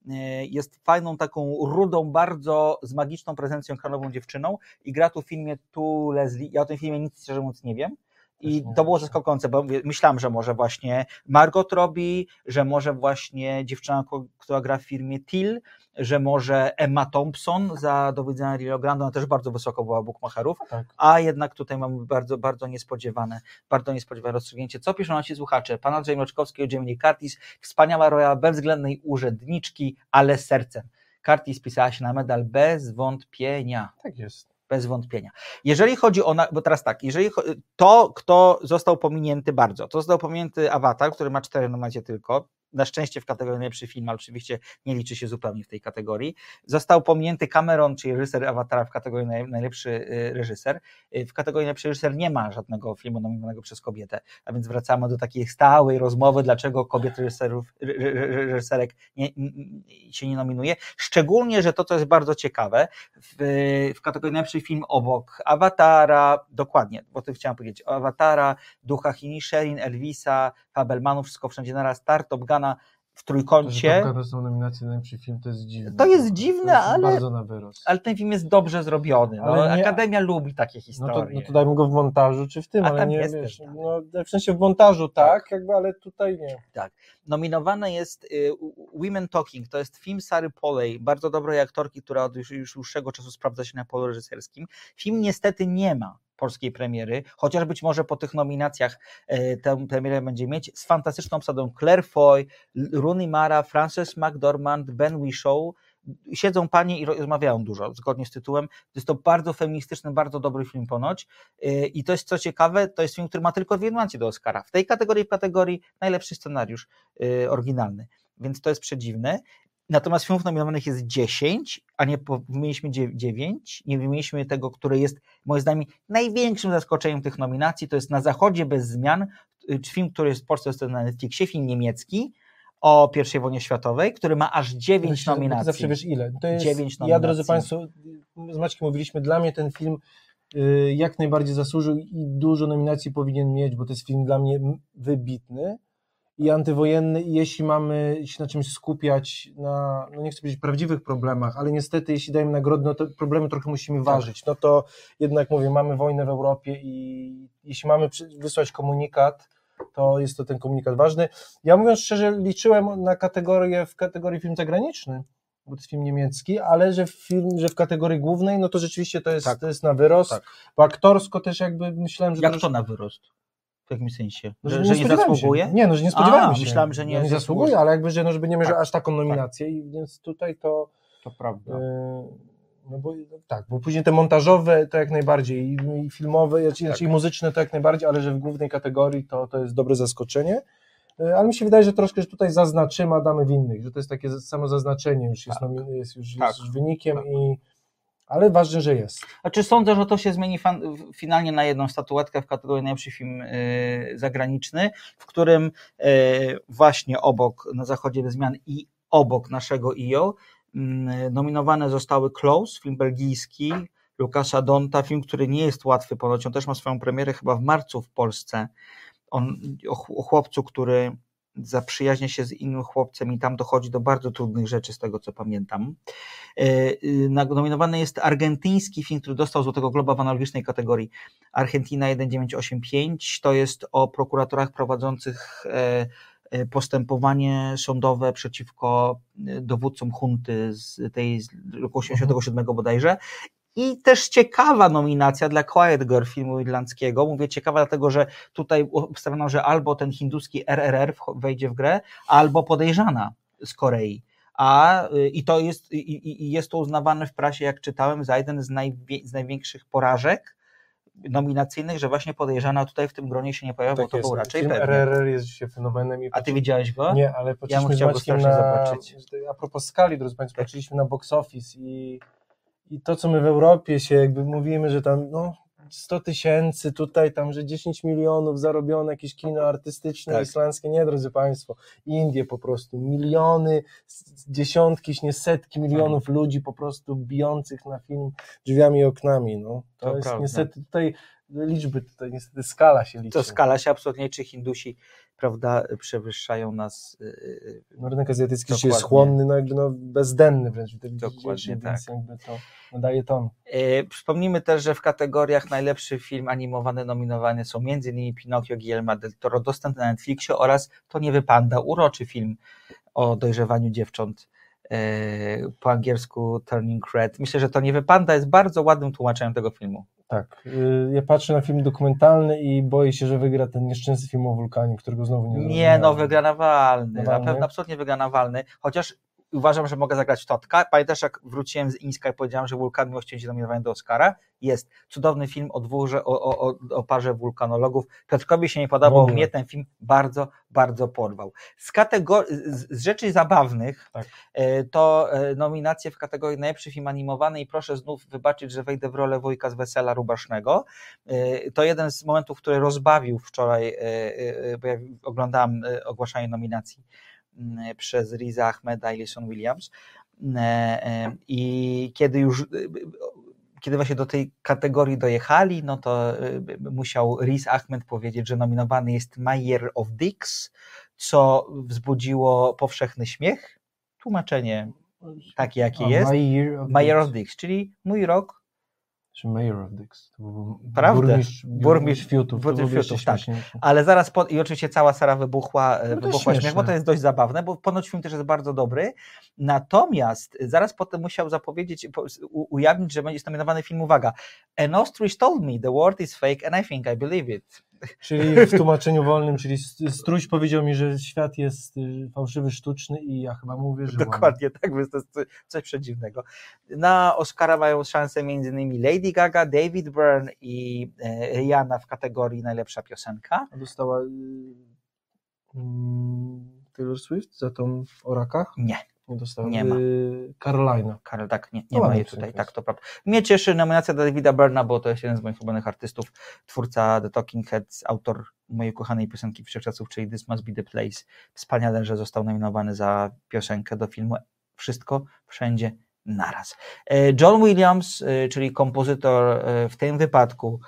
jest fajną taką rudą, bardzo z magiczną prezencją ekranową dziewczyną i gra tu w filmie Tu Leslie, ja o tym filmie nic szczerze mówiąc nie wiem. I to było zaskakujące, bo myślałam, że może właśnie Margot Robbie, że może właśnie dziewczyna, która gra w firmie Till, że może Emma Thompson za Do widzenia Rio Grande, ona też bardzo wysoko była Bookmacherów, tak. A jednak tutaj mamy bardzo, bardzo niespodziewane, bardzo niespodziewane rozstrzygnięcie. Co piszą nasi słuchacze? Pan Andrzej Mroczkowski o Jamie Lee Curtis, wspaniała rola bezwzględnej urzędniczki, ale z sercem. Curtis pisała się na medal bez wątpienia. Tak jest. Bez wątpienia. Jeżeli chodzi o, bo teraz tak, jeżeli to, kto został pominięty bardzo, to został pominięty Avatar, który ma cztery nominacje tylko, na szczęście w kategorii najlepszy film, ale oczywiście nie liczy się zupełnie w tej kategorii. Został pominięty Cameron, czyli reżyser Avatara w kategorii najlepszy reżyser. W kategorii najlepszy reżyser nie ma żadnego filmu nominowanego przez kobietę, a więc wracamy do takiej stałej rozmowy, dlaczego kobiet reżyserów, reżyserek nie, nie, się nie nominuje. Szczególnie, że to, co jest bardzo ciekawe, w, w kategorii najlepszy film obok Avatara, dokładnie, bo to chciałam powiedzieć, o Avatara, Duchach Inisherin, Elvisa, Fabelmanów, Wszystko wszędzie naraz, Tar, Top Guna w trójkącie. To, że są nominacje na najlepszy film, to jest dziwne. To jest dziwne, to jest ale, bardzo na wyrost. Ale ten film jest dobrze zrobiony. No, nie, Akademia lubi takie historie. No to, no to dajmy go w montażu, czy w tym, A ale tam nie jest wiesz, też, no, w sensie w montażu tak, tak jakby, ale tutaj nie. Tak. Nominowane jest y, Women Talking, to jest film Sary Polley, bardzo dobrej aktorki, która od już, już dłuższego czasu sprawdza się na polu reżyserskim. Film niestety nie ma polskiej premiery, chociaż być może po tych nominacjach e, tę premierę będzie mieć, z fantastyczną obsadą Claire Foy, Rooney Mara, Frances McDormand, Ben Whishaw. Siedzą panie i rozmawiają dużo, zgodnie z tytułem. Jest to bardzo feministyczny, bardzo dobry film ponoć. E, I to jest co ciekawe, to jest film, który ma tylko dwie nominacje do Oscara. W tej kategorii, w kategorii najlepszy scenariusz e, oryginalny. Więc to jest przedziwne. Natomiast filmów nominowanych jest dziesięć, a nie wymieniliśmy dziewięć. Nie wymieniliśmy tego, który jest moim zdaniem największym zaskoczeniem tych nominacji. To jest Na zachodzie bez zmian, film, który jest w Polsce jest na Netflixie, film niemiecki o pierwszej wojnie światowej, który ma aż dziewięć nominacji. Ty zawsze wiesz ile. To jest, dziewięć nominacji. Ja, drodzy Państwo, z Maćkiem mówiliśmy, dla mnie ten film y, jak najbardziej zasłużył i dużo nominacji powinien mieć, bo to jest film dla mnie wybitny i antywojenny, i jeśli mamy się na czymś skupiać, na, no nie chcę powiedzieć prawdziwych problemach, ale niestety jeśli dajemy nagrody, no to problemy trochę musimy ważyć. No to jednak mówię, mamy wojnę w Europie i jeśli mamy wysłać komunikat, to jest to ten komunikat ważny. Ja mówiąc szczerze, liczyłem na kategorię, w kategorii film zagraniczny, bo to jest film niemiecki, ale że w, film, że w kategorii głównej, no to rzeczywiście to jest, tak. to jest na wyrost, tak. Bo aktorsko też jakby myślałem, że... Jak to, to na wyrost? W jakim sensie? No, że, że, że nie zasługuje? Się. Nie, no, że nie spodziewałem A, się. Myślałem, że nie, no, nie zasługuje, ale jakby, że, no, żeby nie mieć tak. aż taką nominację, tak. I więc tutaj to... To prawda. Yy, no bo tak, bo później te montażowe to jak najbardziej i, i filmowe, tak. i, i muzyczne to jak najbardziej, ale że w głównej kategorii to, to jest dobre zaskoczenie. Yy, ale mi się wydaje, że troszkę że tutaj zaznaczymy, a damy w innych, że to jest takie samo zaznaczenie, już jest, tak. nomi- jest już tak. jest wynikiem, tak. i ale ważne, że jest. Znaczy sądzę, że to się zmieni fan, finalnie na jedną statuetkę w kategorii najlepszy film y, zagraniczny, w którym y, właśnie obok Na zachodzie bez zmian i obok naszego I O y, nominowane zostały Close, film belgijski Lukasa Donta, film, który nie jest łatwy, ponoć on też ma swoją premierę chyba w marcu w Polsce. On o, o chłopcu, który zaprzyjaźnia się z innym chłopcem i tam dochodzi do bardzo trudnych rzeczy, z tego co pamiętam. Nominowany jest argentyński film, który dostał Złotego Globa w analogicznej kategorii Argentina tysiąc dziewięćset osiemdziesiąt pięć. To jest o prokuratorach prowadzących postępowanie sądowe przeciwko dowódcom hunty z tej z roku osiemdziesiątego siódmego bodajże. I też ciekawa nominacja dla Quiet Girl, filmu irlandzkiego. Mówię ciekawa dlatego, że tutaj obstawiono, że albo ten hinduski R R R wejdzie w grę, albo Podejrzana z Korei. A i to jest, i, i jest to uznawane w prasie, jak czytałem, za jeden z, najwie, z największych porażek nominacyjnych, że właśnie Podejrzana tutaj w tym gronie się nie pojawia, tak bo to jest. był raczej film pewnie. R R R jest dzisiaj fenomenem. I A ty widziałeś go? Nie, ale patrzyliśmy ja z Maćkiem na... zobaczyć. A propos skali, drodzy Państwo, patrzyliśmy na box office i I to, co my w Europie się jakby mówimy, że tam no, sto tysięcy, tutaj tam, że dziesięć milionów zarobione, jakieś kino artystyczne, tak. islandzkie, nie, drodzy Państwo, Indie po prostu, miliony, dziesiątki, nie setki milionów tak. ludzi po prostu bijących na film drzwiami i oknami, no. To, to jest prawda. Niestety tutaj liczby, tutaj niestety skala się liczy. To skala się absolutnie liczy, Hindusi, prawda, przewyższają nas. Yy, no, rynek azjatycki dzisiaj jest chłonny, no jakby no bezdenny wręcz. Dokładnie, się, tak. Więc jakby to nadaje ton. Yy, przypomnijmy też, że w kategoriach najlepszy film animowany nominowane są między innymi Pinokio Guillerma del Toro, dostępny na Netflixie, oraz To nie wypanda, uroczy film o dojrzewaniu dziewcząt. Yy, po angielsku Turning Red. Myślę, że To nie wypanda jest bardzo ładnym tłumaczeniem tego filmu. Tak, ja patrzę na film dokumentalny i boję się, że wygra ten nieszczęsny film o wulkanie, którego znowu nie zrozumiałem. Nie, no wygra Nawalny, na pewno absolutnie wygra Nawalny, chociaż uważam, że mogę zagrać w Totka. Pamiętasz, jak wróciłem z Ińska i powiedziałem, że Wulkan Miłości będzie nominowany do Oscara? Jest cudowny film o dwórze, o, o, o parze wulkanologów. Piotrkowi się nie podobał, mnie ten film bardzo, bardzo porwał. Z, kategor- z, z rzeczy zabawnych tak. to nominacje w kategorii najlepszy film animowany i proszę znów wybaczyć, że wejdę w rolę wujka z Wesela Rubasznego. To jeden z momentów, który rozbawił wczoraj, bo ja oglądałem ogłaszanie nominacji przez Riza Ahmeda i Lison Williams i kiedy już kiedy właśnie do tej kategorii dojechali, no to musiał Riz Ahmed powiedzieć, że nominowany jest My Year of Dicks, co wzbudziło powszechny śmiech. Tłumaczenie takie, jakie A, jest. My Year of, My Year of Dicks, czyli mój rok. Czy Mayor of Dicks. To był Prawda? Burmistrz, burmistrz Fiutów. Burmistrz Fiutów, tak. Ale zaraz po, i oczywiście cała Sara wybuchła, no wybuchła śmiech, bo to jest dość zabawne, bo ponoć film też jest bardzo dobry. Natomiast zaraz potem musiał zapowiedzieć, u, ujawnić, że będzie nominowany film, uwaga, An ostrich told me the world is fake and I think I believe it. Czyli w tłumaczeniu wolnym, czyli struś powiedział mi, że świat jest fałszywy, sztuczny i ja chyba mu uwierzyłem. Dokładnie, tak, to jest coś przedziwnego. Na Oscara mają szansę między innymi Lady Gaga, David Byrne i Rihanna w kategorii najlepsza piosenka. A dostała um, Taylor Swift za tą o rakach? Nie. Nie dostał. Nie ma. Y, Carolina. Karol, tak, nie, nie No ma ładnie jej tutaj, piosenka tak, jest. to prawda. Mnie cieszy nominacja do Davida Byrna, bo to jest jeden z moich ulubionych artystów, twórca The Talking Heads, autor mojej ukochanej piosenki wszechczasów, czyli This Must Be The Place. Wspaniale, że został nominowany za piosenkę do filmu Wszystko, Wszędzie, Naraz. John Williams, czyli kompozytor w tym wypadku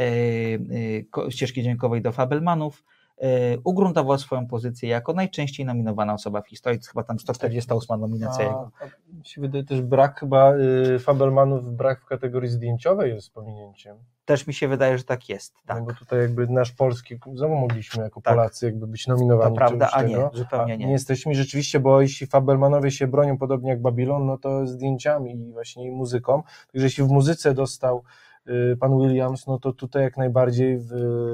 ścieżki dźwiękowej do Fabelmanów, ugruntował swoją pozycję jako najczęściej nominowana osoba w historii. To chyba tam sto czterdziesta ósma nominacja jego. A, a mi się wydaje też brak chyba y, Fabelmanów, brak w kategorii zdjęciowej jest pominięciem. Też mi się wydaje, że tak jest. Tak. No bo tutaj jakby nasz polski, znowu mogliśmy jako Tak. Polacy jakby być nominowani. To prawda, czegoś a nie, tego, zupełnie a nie. nie jesteśmy rzeczywiście, bo jeśli Fabelmanowie się bronią podobnie jak Babylon, no to zdjęciami i właśnie i muzyką. Także jeśli w muzyce dostał y, pan Williams, no to tutaj jak najbardziej w,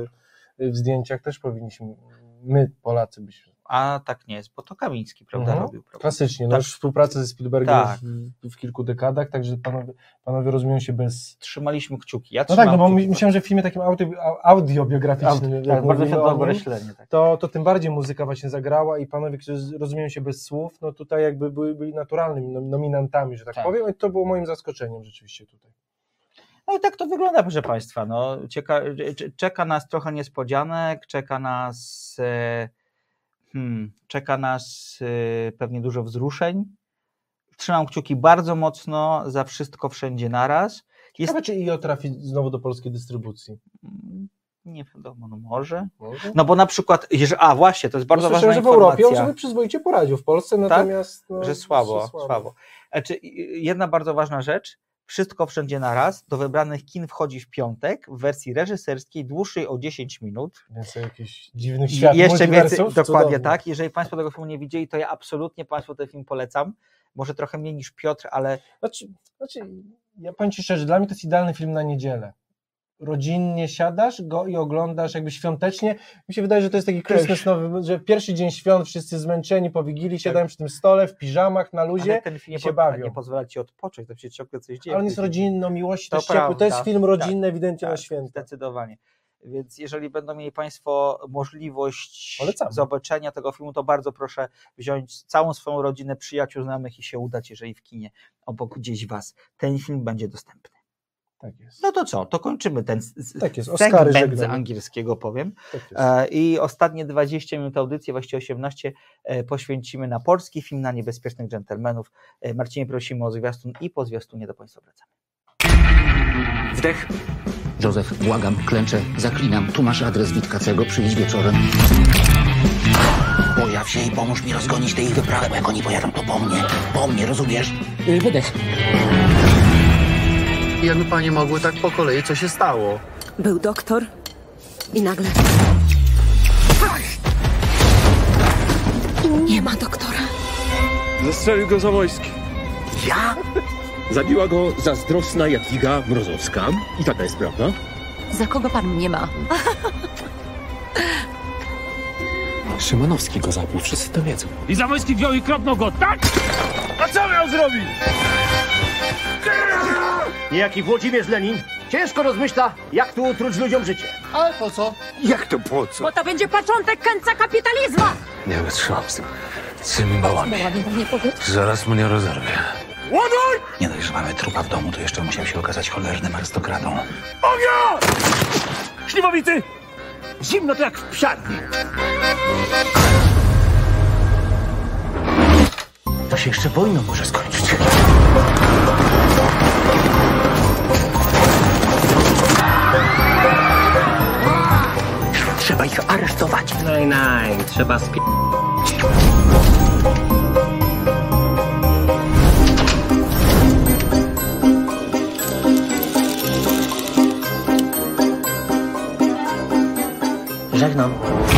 w zdjęciach też powinniśmy, my Polacy być. A tak nie jest, bo to Kamiński, prawda, Mhm. robił. Prawda? Klasycznie, no Tak. już współpraca ze Spielbergiem Tak. w, w kilku dekadach, także panowie, panowie rozumieją się bez... Trzymaliśmy kciuki. Ja No tak, trzymam no bo kciuki. myślałem, że w filmie takim audio, audiobiograficznym, Tak, jak bardzo mówimy się o dobre nim, śledzenie. Tak. to, to tym bardziej muzyka właśnie zagrała i panowie, którzy rozumieją się bez słów, no tutaj jakby byli, byli naturalnymi nom- nominantami, że tak, Tak. powiem, i to było moim zaskoczeniem rzeczywiście tutaj. No i tak to wygląda, proszę Państwa. No, cieka, czeka nas trochę niespodzianek, czeka nas, e, hmm, czeka nas e, pewnie dużo wzruszeń. Trzymam kciuki bardzo mocno za Wszystko, Wszędzie, Naraz. Jest, Ciekawe, czy I O trafi znowu do polskiej dystrybucji? nie wiadomo, no może. Może? No bo na przykład, jeżeli, a właśnie, to jest bardzo Bo ważna słyszałem, że w Europie informacja. on sobie przyzwoicie poradził, w Polsce natomiast... No, że słabo, że słabo. Znaczy, jedna bardzo ważna rzecz, Wszystko, Wszędzie, Naraz do wybranych kin wchodzi w piątek w wersji reżyserskiej dłuższej o dziesięć minut. Więcej jakichś dziwnych I świat, jeszcze więcej, multiversów? dokładnie Cudownie. tak. Jeżeli Państwo tego filmu nie widzieli, to ja absolutnie Państwu ten film polecam. Może trochę mniej niż Piotr, ale Znaczy, znaczy, ja powiem Ci szczerze, dla mnie to jest idealny film na niedzielę. Rodzinnie siadasz go i oglądasz jakby świątecznie. Mi się wydaje, że to jest taki Christmas nowy, że pierwszy dzień świąt, wszyscy zmęczeni po Wigilii, siadają przy tym stole, w piżamach, na luzie ale ten film i nie, się po, bawią. nie pozwala Ci odpocząć, to się ciągle coś dzieje. Ale on jest rodzinny, o miłości, To to, ciepły. To jest prawda. film rodzinny, Tak, ewidentnie na tak, święta. Zdecydowanie. Więc jeżeli będą mieli Państwo możliwość Polecamy. zobaczenia tego filmu, to bardzo proszę wziąć całą swoją rodzinę, przyjaciół, znajomych i się udać, jeżeli w kinie obok gdzieś Was ten film będzie dostępny. Tak jest. No to co, to kończymy ten s- Tak jest, Oscary segment z żegnamy. angielskiego, powiem. Tak jest. E, I ostatnie dwadzieścia minut audycji, właściwie osiemnaście, e, poświęcimy na polski film, na Niebezpiecznych Dżentelmenów. E, Marcinie, prosimy o zwiastun i po zwiastunie do Państwa wracamy. Wdech. Józef, błagam, klęczę, zaklinam. Tu masz adres Witkacego, przyjdź wieczorem. Pojaw się i pomóż mi rozgonić tę ich wyprawę, bo jak oni pojadą, to po mnie. Po mnie, rozumiesz? Yy, Wydech. Jakby panie mogły tak po kolei, co się stało? Był doktor i nagle... Nie ma doktora. Zastrzelił go Zamojski. Ja? Zabiła go zazdrosna Jadwiga Mrozowska. I taka jest prawda. Za kogo pan mnie ma? Szymanowski go zabił, wszyscy to wiedzą. I Zamojski wziął i kropnął go, tak? A co miał zrobić? Niejaki Włodzimierz Lenin ciężko rozmyśla, jak tu utruć ludziom życie. Ale po co? Jak to po co? Bo to będzie początek końca kapitalizmu! Nie wytrzymam z tym, z tymi bałami. Nie powiedz. Zaraz mnie rozerwie. Nie dość, że mamy trupa w domu, to jeszcze musiał się okazać cholernym arystokratą. Ognia! Śliwowicy! Zimno to jak w psiarni. To się jeszcze wojną może skończyć. Trzeba ich aresztować. Naj, naj, trzeba spi... Żegnam.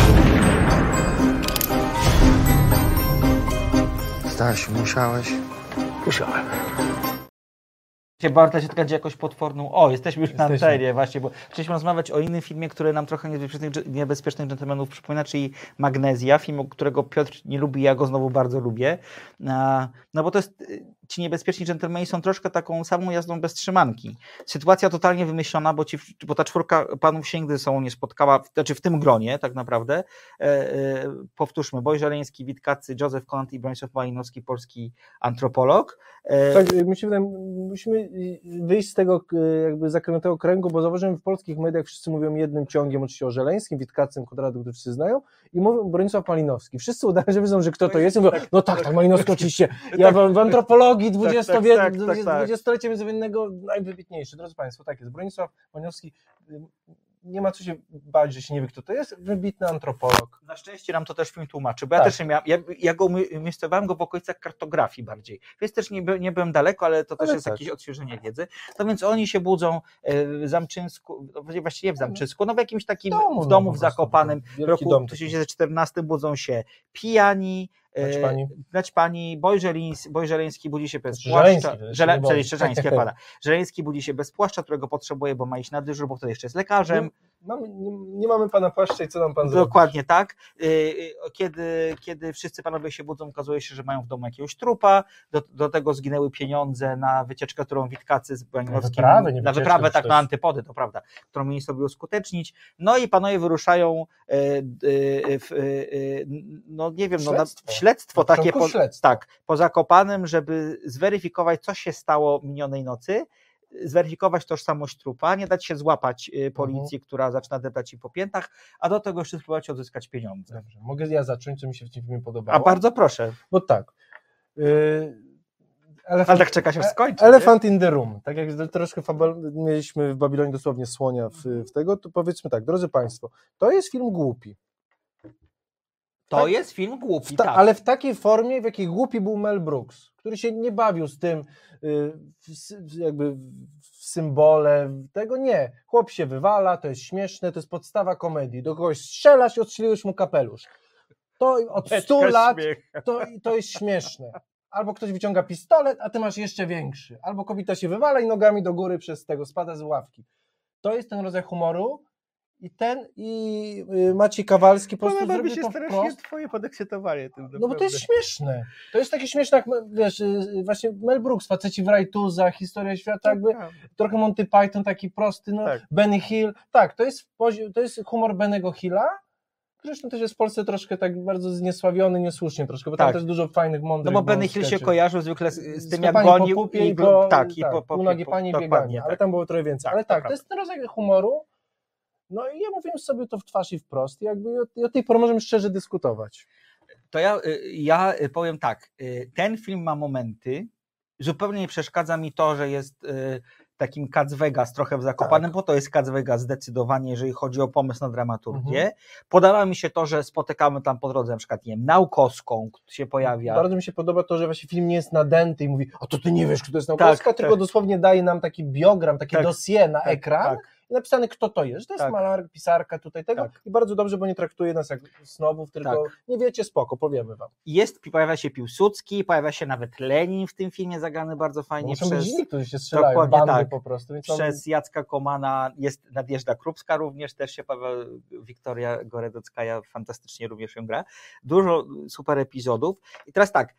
Stasiu, musiałeś? Musiałem. Barta się tkać jakąś potworną. O, jesteśmy już na Jesteśmy. antenie, właśnie, bo chcieliśmy rozmawiać o innym filmie, który nam trochę niebezpiecznych, niebezpiecznych dżentelmenów przypomina, czyli Magnezja, film, którego Piotr nie lubi, ja go znowu bardzo lubię. No bo to jest ci niebezpieczni dżentelmeni są troszkę taką samą jazdą bez trzymanki. Sytuacja totalnie wymyślona, bo, ci, bo ta czwórka panów się nigdy ze sobą nie spotkała, znaczy w tym gronie tak naprawdę. E, e, powtórzmy, Boj Żeleński, Witkacy, Józef Konant i Bronisław Malinowski, polski antropolog. E, tak, mi się wydaje, musimy wyjść z tego jakby zakrętego kręgu, bo zauważyłem, w polskich mediach wszyscy mówią jednym ciągiem, oczywiście o Żeleńskim, Witkacym, Konradu, który wszyscy znają, i mówią Bronisław Malinowski. Wszyscy udają, że wiedzą, że kto to jest, i mówią, no tak, tak, Malinowski oczywiście. Ja w, w antropologii dwudziestolecia międzywojennego najwybitniejszy. Drodzy Państwo, tak jest. Bronisław Malinowski, nie ma co się bać, że się nie wie, kto to jest, wybitny antropolog. Na szczęście nam to też film tłumaczy, bo ja tak. też nie miałem, ja, ja go umiejscowiałem go w okolicach kartografii bardziej, więc też nie, by, nie byłem daleko, ale to też ale jest tak. jakieś odświeżenie wiedzy. No więc oni się budzą w Zamczynsku, właściwie nie w Zamczynsku, no w jakimś takim domu, w domu no, w Zakopanem, w roku tysiąc dziewięćset czternastym budzą się pijani, Naćpani. Naćpani, Boj Żeleński, Boj Żeleński budzi się bez płaszcza. Żele, Żeleński, Żeleński budzi się bez płaszcza, którego potrzebuje, bo ma iść na dyżur, bo wtedy jeszcze jest lekarzem. Nie, mamy, nie, nie mamy pana płaszcza i co nam pan zrobi? Dokładnie tak. Kiedy, kiedy wszyscy panowie się budzą, okazuje się, że mają w domu jakiegoś trupa, do, do tego zginęły pieniądze na wycieczkę, którą Witkacy z Baninowskim, na wyprawę, na wyprawę tak, na antypody, to prawda, którą mieli sobie uskutecznić. No i panowie wyruszają w, no nie wiem, śledztwo. no, na, śledztwo takie po, śledztwo. tak, po Zakopanem, żeby zweryfikować, co się stało minionej nocy, zweryfikować tożsamość trupa, nie dać się złapać policji, mhm. która zaczyna deptać im po piętach, a do tego jeszcze spróbować odzyskać pieniądze. Dobrze, mogę ja zacząć, co mi się w tym filmie podobało? A bardzo proszę. Bo tak. Yy, elefant, Ale tak czeka się skończy. Elephant in the room. Tak jak troszkę fabel, mieliśmy w Babilonie dosłownie słonia w, w tego, to powiedzmy tak, drodzy Państwo, to jest film głupi. To tak, jest film głupi, ta, tak. Ale w takiej formie, w jakiej głupi był Mel Brooks, który się nie bawił z tym yy, w, jakby w symbole tego, nie. Chłop się wywala, to jest śmieszne, to jest podstawa komedii. Do kogoś strzelasz i odstrzeliłeś mu kapelusz. To od stu lat to, to jest śmieszne. Albo ktoś wyciąga pistolet, a ty masz jeszcze większy. Albo kobieta się wywala i nogami do góry przez tego, spada z ławki. To jest ten rodzaj humoru. I ten, i Maciej Kawalski po prostu zrobił się to wprost. Twoje podekscytowanie tym. No bo to jest śmieszne. To jest takie śmieszne, jak wiesz, właśnie Mel Brooks, Faceci w rajtuzach, Historia świata, tak, jakby tak. Trochę Monty Python, taki prosty, no, tak. Benny Hill. Tak, to jest, to jest humor Bennego Hilla, zresztą też jest w Polsce troszkę tak bardzo zniesławiony, niesłusznie troszkę, bo tak. Tam też dużo fajnych, mądrych. No bo Benny Hill się kojarzył zwykle z, z tym, z jak gonił po pupie i, po, tak, i tak, po, po, po nogi pani po, bieganie, ale tak. tam było trochę więcej. Tak, ale tak, to, to jest ten rodzaj humoru. No i ja mówiłem sobie to w twarz i wprost, jakby i od tej pory możemy szczerze dyskutować. To ja, ja powiem tak, ten film ma momenty, zupełnie nie przeszkadza mi to, że jest takim Cats Vegas trochę w Zakopanem, tak. Bo to jest Cats Vegas zdecydowanie, jeżeli chodzi o pomysł na dramaturgię. Mhm. Podoba mi się to, że spotykamy tam po drodze na przykład, nie wiem, Naukowską, która się pojawia. Bardzo mi się podoba to, że właśnie film nie jest nadęty i mówi, a to ty nie wiesz, kto to jest Naukowska, tak, tylko tak. Dosłownie daje nam taki biogram, takie tak. dossier na tak, ekran. Tak. I napisane, kto to jest, że to jest tak. malarka, pisarka tutaj tego tak. I bardzo dobrze, bo nie traktuje nas jak snobów, tylko tak. nie wiecie, spoko, powiemy wam. Jest, pojawia się Piłsudski, pojawia się nawet Lenin w tym filmie, zagrany bardzo fajnie. Muszą przez, być inni, którzy się strzelają, bandy tak, po prostu. Więc przez on... Jacka Komana, jest Nadjeżda Krupska również, też się pojawia, Wiktoria Goredockaja fantastycznie również ją gra. Dużo super epizodów. I teraz tak,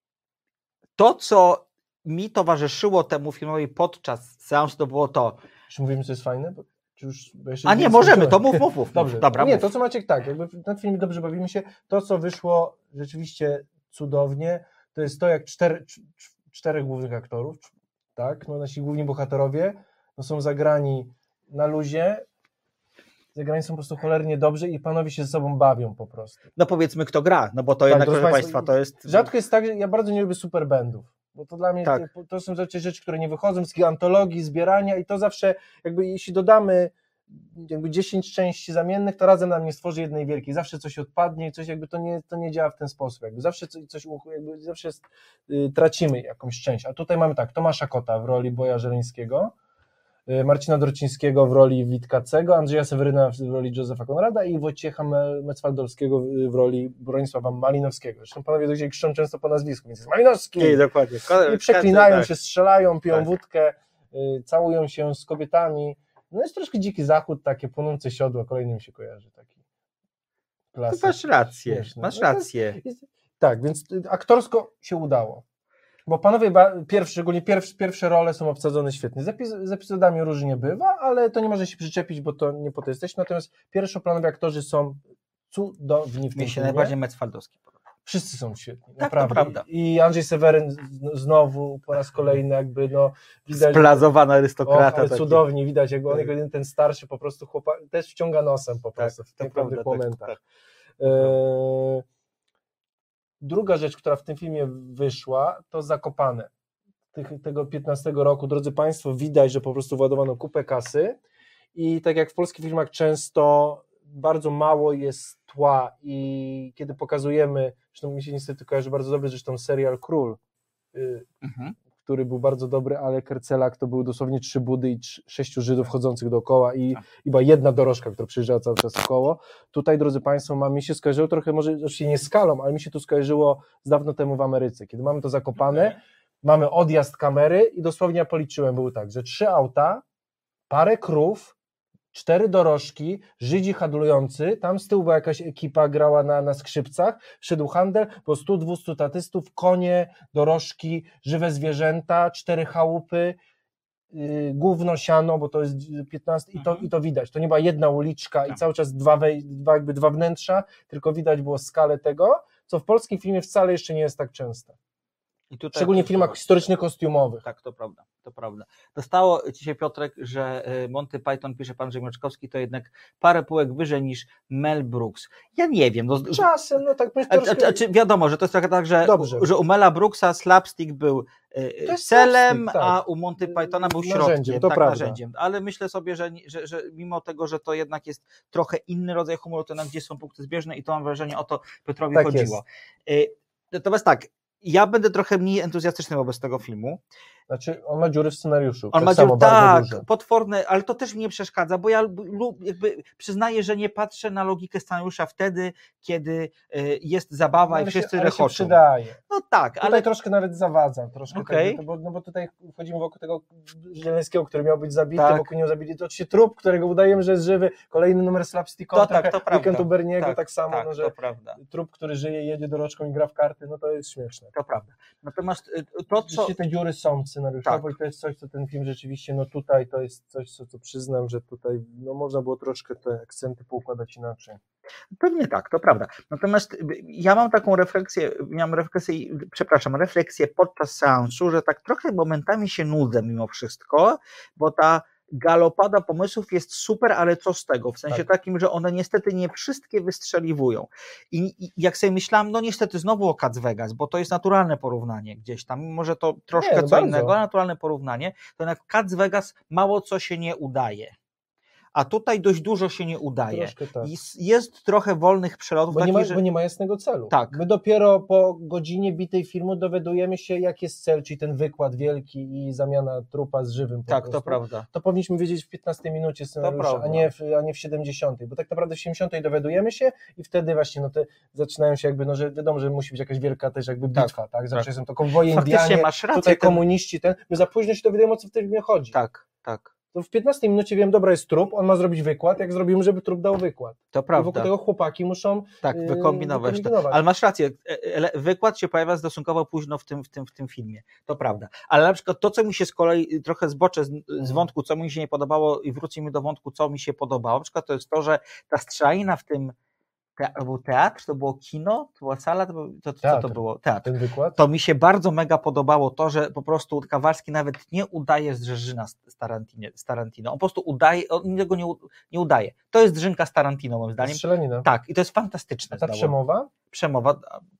to co mi towarzyszyło temu filmowi podczas seansu, to było to. Czy mówimy, co jest fajne? Bo, czy już, bo A nie, możemy, to mów, mów, mów. Dobrze, dobra, nie, mów. To co Maciek, tak, jakby na filmie dobrze bawimy się, to co wyszło rzeczywiście cudownie, to jest to, jak cztery, czterech głównych aktorów, tak, no nasi główni bohaterowie, no są zagrani na luzie, zagrani są po prostu cholernie dobrze i panowie się ze sobą bawią po prostu. No powiedzmy, kto gra, no bo to tak, jednak, proszę Państwa, to jest... Rzadko jest tak, że ja bardzo nie lubię superbandów. Bo to dla mnie tak. to są rzeczy, które nie wychodzą z takich antologii, zbierania i to zawsze jakby jeśli dodamy jakby dziesięć części zamiennych, to razem nam nie stworzy jednej wielkiej. Zawsze coś odpadnie i coś jakby to nie, to nie działa w ten sposób. Jakby zawsze coś, coś jakby zawsze jest, y, tracimy jakąś część. A tutaj mamy tak, Tomasza Kota w roli Boja Żeleńskiego, y, Marcina Dorcińskiego w roli Witkacego, Andrzeja Seweryna w roli Józefa Konrada i Wojciecha Metzwaldowskiego w, w roli Bronisława Malinowskiego. Zresztą panowie do krzyczą często po nazwisku, więc jest Malinowski. I, dokładnie. I przeklinają tak. się, strzelają, piją tak. wódkę, y, całują się z kobietami. No jest troszkę Dziki Zachód, takie płonące siodło, kolejnym się kojarzy taki klasyk. Masz rację, śmieszny. masz no rację. Jest, jest, tak, więc aktorsko się udało. Bo panowie, pierwsze, szczególnie pierwsze, pierwsze role są obsadzone świetnie. Z, epizod, z epizodami różnie bywa, ale to nie może się przyczepić, bo to nie po to jesteśmy. Natomiast pierwszoplanowi aktorzy są cudowni w tym Mi się filmie. najbardziej Metz-Faldowski podoba. Wszyscy są świetni, Tak, naprawdę. to prawda. I Andrzej Seweryn znowu po raz kolejny jakby no widać. Splazowany arystokrata. Och, ale taki. cudownie widać, jak on, Tak. jak ten starszy po prostu chłopak też wciąga nosem po prostu Tak, w tych to prawda, pewnych tak, momentach. tak. E... Druga rzecz, która w tym filmie wyszła, to Zakopane. Tych, tego piętnastego roku, drodzy Państwo, widać, że po prostu władowano kupę kasy i tak jak w polskich filmach często bardzo mało jest tła i kiedy pokazujemy, zresztą mi się niestety kojarzy bardzo dobrze, zresztą serial Król, y, Mhm. który był bardzo dobry, ale Kercelak to były dosłownie trzy budy i trz- sześciu Żydów chodzących dookoła i, i była jedna dorożka, która przejeżdżała cały czas w koło. Tutaj, drodzy Państwo, ma, mi się skojarzyło trochę, może oczywiście nie skalą, ale mi się to skojarzyło z dawno temu w Ameryce, kiedy mamy to Zakopane, okay. Mamy odjazd kamery i dosłownie ja policzyłem, było tak, że trzy auta, parę krów, cztery dorożki, Żydzi handlujący, tam z tyłu była jakaś ekipa, grała na, na skrzypcach, szedł handel, było stu dwustu statystów, konie, dorożki, żywe zwierzęta, cztery chałupy, yy, gówno, siano, bo to jest piętnaście i to, mhm. i to widać, to nie była jedna uliczka tak. I cały czas dwa, wej, dwa, jakby dwa wnętrza, tylko widać było skalę tego, co w polskim filmie wcale jeszcze nie jest tak często. I tutaj szczególnie w filmach to, historycznych, kostiumowych. Tak, to prawda, to prawda. Dostało dzisiaj Piotrek, że Monty Python, pisze pan Rzemieczkowski, to jednak parę półek wyżej niż Mel Brooks. Ja nie wiem. No, czasem, no tak. A, a, a, czy wiadomo, że to jest trochę tak, że, że u Mela Brooksa slapstick był celem, tak. A u Monty Pythona był środkiem, narzędziem, to tak, prawda. narzędziem. Ale myślę sobie, że, że, że mimo tego, że to jednak jest trochę inny rodzaj humoru, to jednak gdzie są punkty zbieżne i to mam wrażenie, o to Piotrowi tak chodziło. Jest. Natomiast tak, ja będę trochę mniej entuzjastyczny wobec tego filmu. Znaczy, on ma dziury w scenariuszu. On tak ma dziury, tak, potworne, ale to też mi nie przeszkadza, bo ja jakby przyznaję, że nie patrzę na logikę scenariusza wtedy, kiedy jest zabawa no, i wszyscy się, rechoczą. Się przydaje. No tak, tutaj ale... troszkę nawet zawadza, troszkę okay. tak, bo, no bo tutaj wchodzimy wokół tego Zieleńskiego, który miał być zabity, tak. Wokół niego zabili, to się trup, którego udajemy, że jest żywy, kolejny numer slapstickowy, to tak, to prawda. Weekend u Berniego, tak, tak samo, tak, no, że to prawda. Trup, który żyje, jedzie doroczką i gra w karty, no to jest śmieszne. To prawda. Natomiast to, co... Oczywiście te dziury są scenariuszowo tak. I to jest coś, co ten film rzeczywiście, no tutaj to jest coś, co, co przyznam, że tutaj no można było troszkę te akcenty poukładać inaczej. Pewnie tak, to prawda. Natomiast ja mam taką refleksję, miałem refleksję, przepraszam, refleksję podczas seansu, że tak trochę momentami się nudzę mimo wszystko, bo ta galopada pomysłów jest super, ale co z tego? W sensie tak. takim, że one niestety nie wszystkie wystrzeliwują. I, I jak sobie myślałam, no niestety znowu o Cats Vegas, bo to jest naturalne porównanie gdzieś tam, może to troszkę nie, no co bardzo. innego, naturalne porównanie, to jednak w Cats Vegas mało co się nie udaje. A tutaj dość dużo się nie udaje. Tak. Jest, jest trochę wolnych przelotów. Bo, takich, nie ma, że... bo nie ma jasnego celu. Tak. My dopiero po godzinie bitej filmu dowiadujemy się, jaki jest cel, czyli ten wykład wielki i zamiana trupa z żywym. Po tak, prostu. to prawda. To powinniśmy wiedzieć w piętnastej minucie scenariusza, a nie, w, a nie w siedemdziesiątej, bo tak naprawdę w siedemdziesiątej dowiadujemy się i wtedy właśnie no te zaczynają się jakby, no że wiadomo, że musi być jakaś wielka też jakby bitwa, tak? tak? Zawsze tak. Są to konwoje Indianie, masz rację, tutaj ten... komuniści, ten, my za późno się dowiadujemy, o co w tym filmie chodzi. Tak, tak. To w piętnastej minucie wiem, dobra, jest trup, on ma zrobić wykład, jak zrobimy, żeby trup dał wykład. To prawda. I wokół tego chłopaki muszą tak, yy, wykombinować. wykombinować. Ale masz rację, wykład się pojawia stosunkowo późno w tym, w, tym, w tym filmie, to prawda. Ale na przykład to, co mi się z kolei trochę zboczę z, z wątku, co mi się nie podobało i wrócimy do wątku, co mi się podobało, na przykład to jest to, że ta strzelanina w tym to był teatr, to było kino, to była sala, to, to, co to było? Teatr. Ten wykład? To mi się bardzo mega podobało to, że po prostu Kawalski nawet nie udaje z Drżyna z Tarantino, z Tarantino. On po prostu udaje, on tego nie, nie udaje. To jest Drzynka z Tarantino moim zdaniem. Strzelanina. Tak, i to jest fantastyczne. A ta przemowa? Przemowa.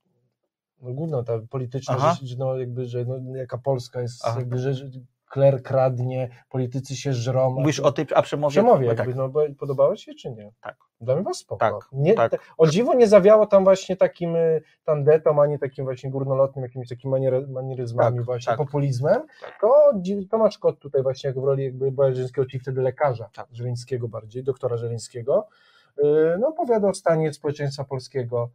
No główna ta polityczna, że, no jakby, że no, jaka Polska jest, Aha. jakby, że, że kler kradnie, politycy się żrą. Mówisz o tej a przemowie? Przemowie, jakby, tak. no bo podobało ci się czy nie? Tak. Dla mnie was spoko. Tak, nie, tak. Te, o dziwo nie zawiało tam właśnie takim tandetą, ani takim właśnie górnolotnym, jakimiś takimi manier, manieryzmami tak, właśnie, tak. populizmem. Tak. To Tomasz Kot tutaj właśnie jak w roli jakby Żeleńskiego, czyli wtedy lekarza tak. Żeleńskiego bardziej, doktora Żeleńskiego, yy, no opowiada o stanie społeczeństwa polskiego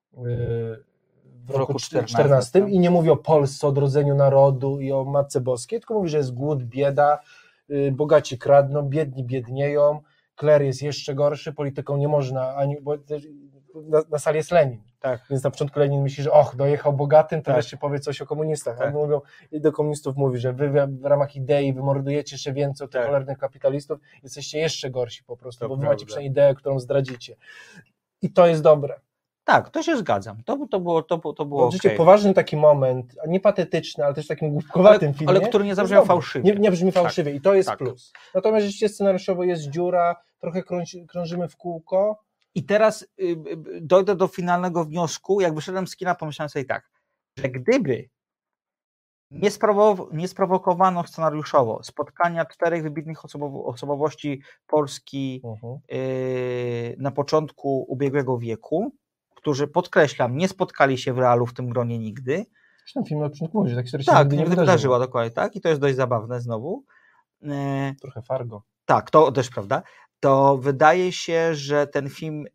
yy, w roku czternastym i nie mówi o Polsce, o odrodzeniu narodu i o Matce Boskiej, tylko mówi, że jest głód, bieda, yy, bogaci kradną, biedni biednieją, kler jest jeszcze gorszy, polityką nie można, ani, bo na, na sali jest Lenin. Tak. Więc na początku Lenin myśli, że och, dojechał bogatym, to Tak. wreszcie powie coś o komunistach. Tak. A mówią, i do komunistów mówi, że wy w ramach idei wymordujecie jeszcze więcej od tych Tak. cholernych kapitalistów, jesteście jeszcze gorsi po prostu, To bo wy prawda. macie przynajmniej ideę, którą zdradzicie. I to jest dobre. Tak, to się zgadzam. To, to było, to, było- to było Bo rzeczywiście okej. poważny taki moment, a nie patetyczny, ale też takim głupkowatym Ale- filmie. ale który nie jest zabrzmiał dobry. fałszywie. Nie, nie brzmi fałszywie i to jest tak. plus. Natomiast rzeczywiście scenariuszowo jest dziura, trochę krąży, krążymy w kółko. I teraz y, y, dojdę do finalnego wniosku. Jak wyszedłem z kina, pomyślałem sobie tak, że gdyby nie, sprawow- nie sprowokowano scenariuszowo spotkania czterech wybitnych osobowo- osobowości Polski Uh-huh. y, na początku ubiegłego wieku, którzy, podkreślam, nie spotkali się w realu w tym gronie nigdy. Ten film na początku mówi, że tak historia się Tak, nigdy nie nie wydarzyła, wydarzyła. dokładnie tak. I to jest dość zabawne znowu. Y, Trochę Fargo. Tak, to też prawda. To wydaje się, że ten film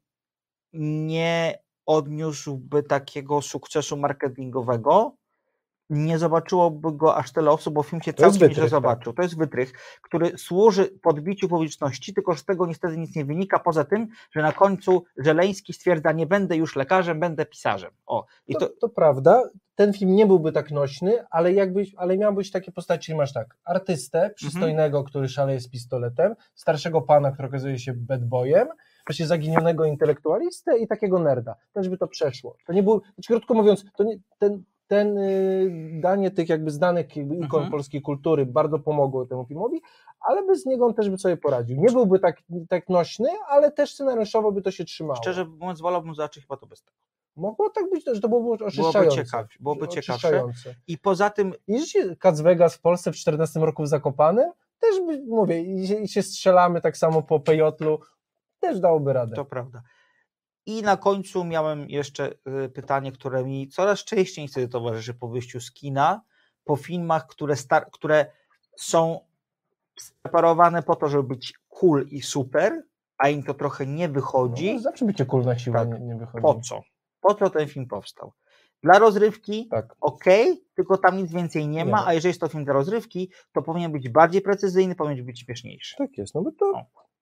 nie odniósłby takiego sukcesu marketingowego, nie zobaczyłoby go aż tyle osób, bo film się To jest całkiem wytrych, źle zobaczył. To jest wytrych, który służy podbiciu publiczności, tylko z tego niestety nic nie wynika, poza tym, że na końcu Żeleński stwierdza, nie będę już lekarzem, będę pisarzem. O, i To, to, to prawda, ten film nie byłby tak nośny, ale jakbyś, ale miał być takie postaci, czyli masz tak, artystę przystojnego, który szaleje z pistoletem, starszego pana, który okazuje się bad boyem, właśnie zaginionego intelektualistę i takiego nerda. Też by to przeszło. To nie był, znaczy, krótko mówiąc, to nie, ten, ten y, danie tych jakby znanych jakby ikon Mhm. polskiej kultury bardzo pomogło temu filmowi, ale bez niego on też by sobie poradził. Nie byłby tak, tak nośny, ale też scenariuszowo by to się trzymało. szczerze mówiąc, wolałbym zobaczyć chyba to bez tego. Mogło tak być, że to byłoby Byłoby oczyszczające. ciekawe. Byłoby ciekawsze. Oczyszczające. I poza tym I rzeczywiście Cats Vegas w Polsce w czternastym roku w Zakopanem też by, mówię, i się, i się strzelamy tak samo po Pejotlu, też dałoby radę. to prawda. I na końcu miałem jeszcze y, pytanie, które mi coraz częściej niestety towarzyszy po wyjściu z kina, po filmach, które, star- które są spreparowane po to, żeby być cool i super, a im to trochę nie wychodzi. No, zawsze bycie cool na siłę Tak. nie, nie wychodzi. Po co? Po co ten film powstał? Dla rozrywki, Tak. okej, tylko tam nic więcej nie, Nie ma, ma. a jeżeli jest to film dla rozrywki, to powinien być bardziej precyzyjny, powinien być śmieszniejszy. Tak jest, no bo to... O.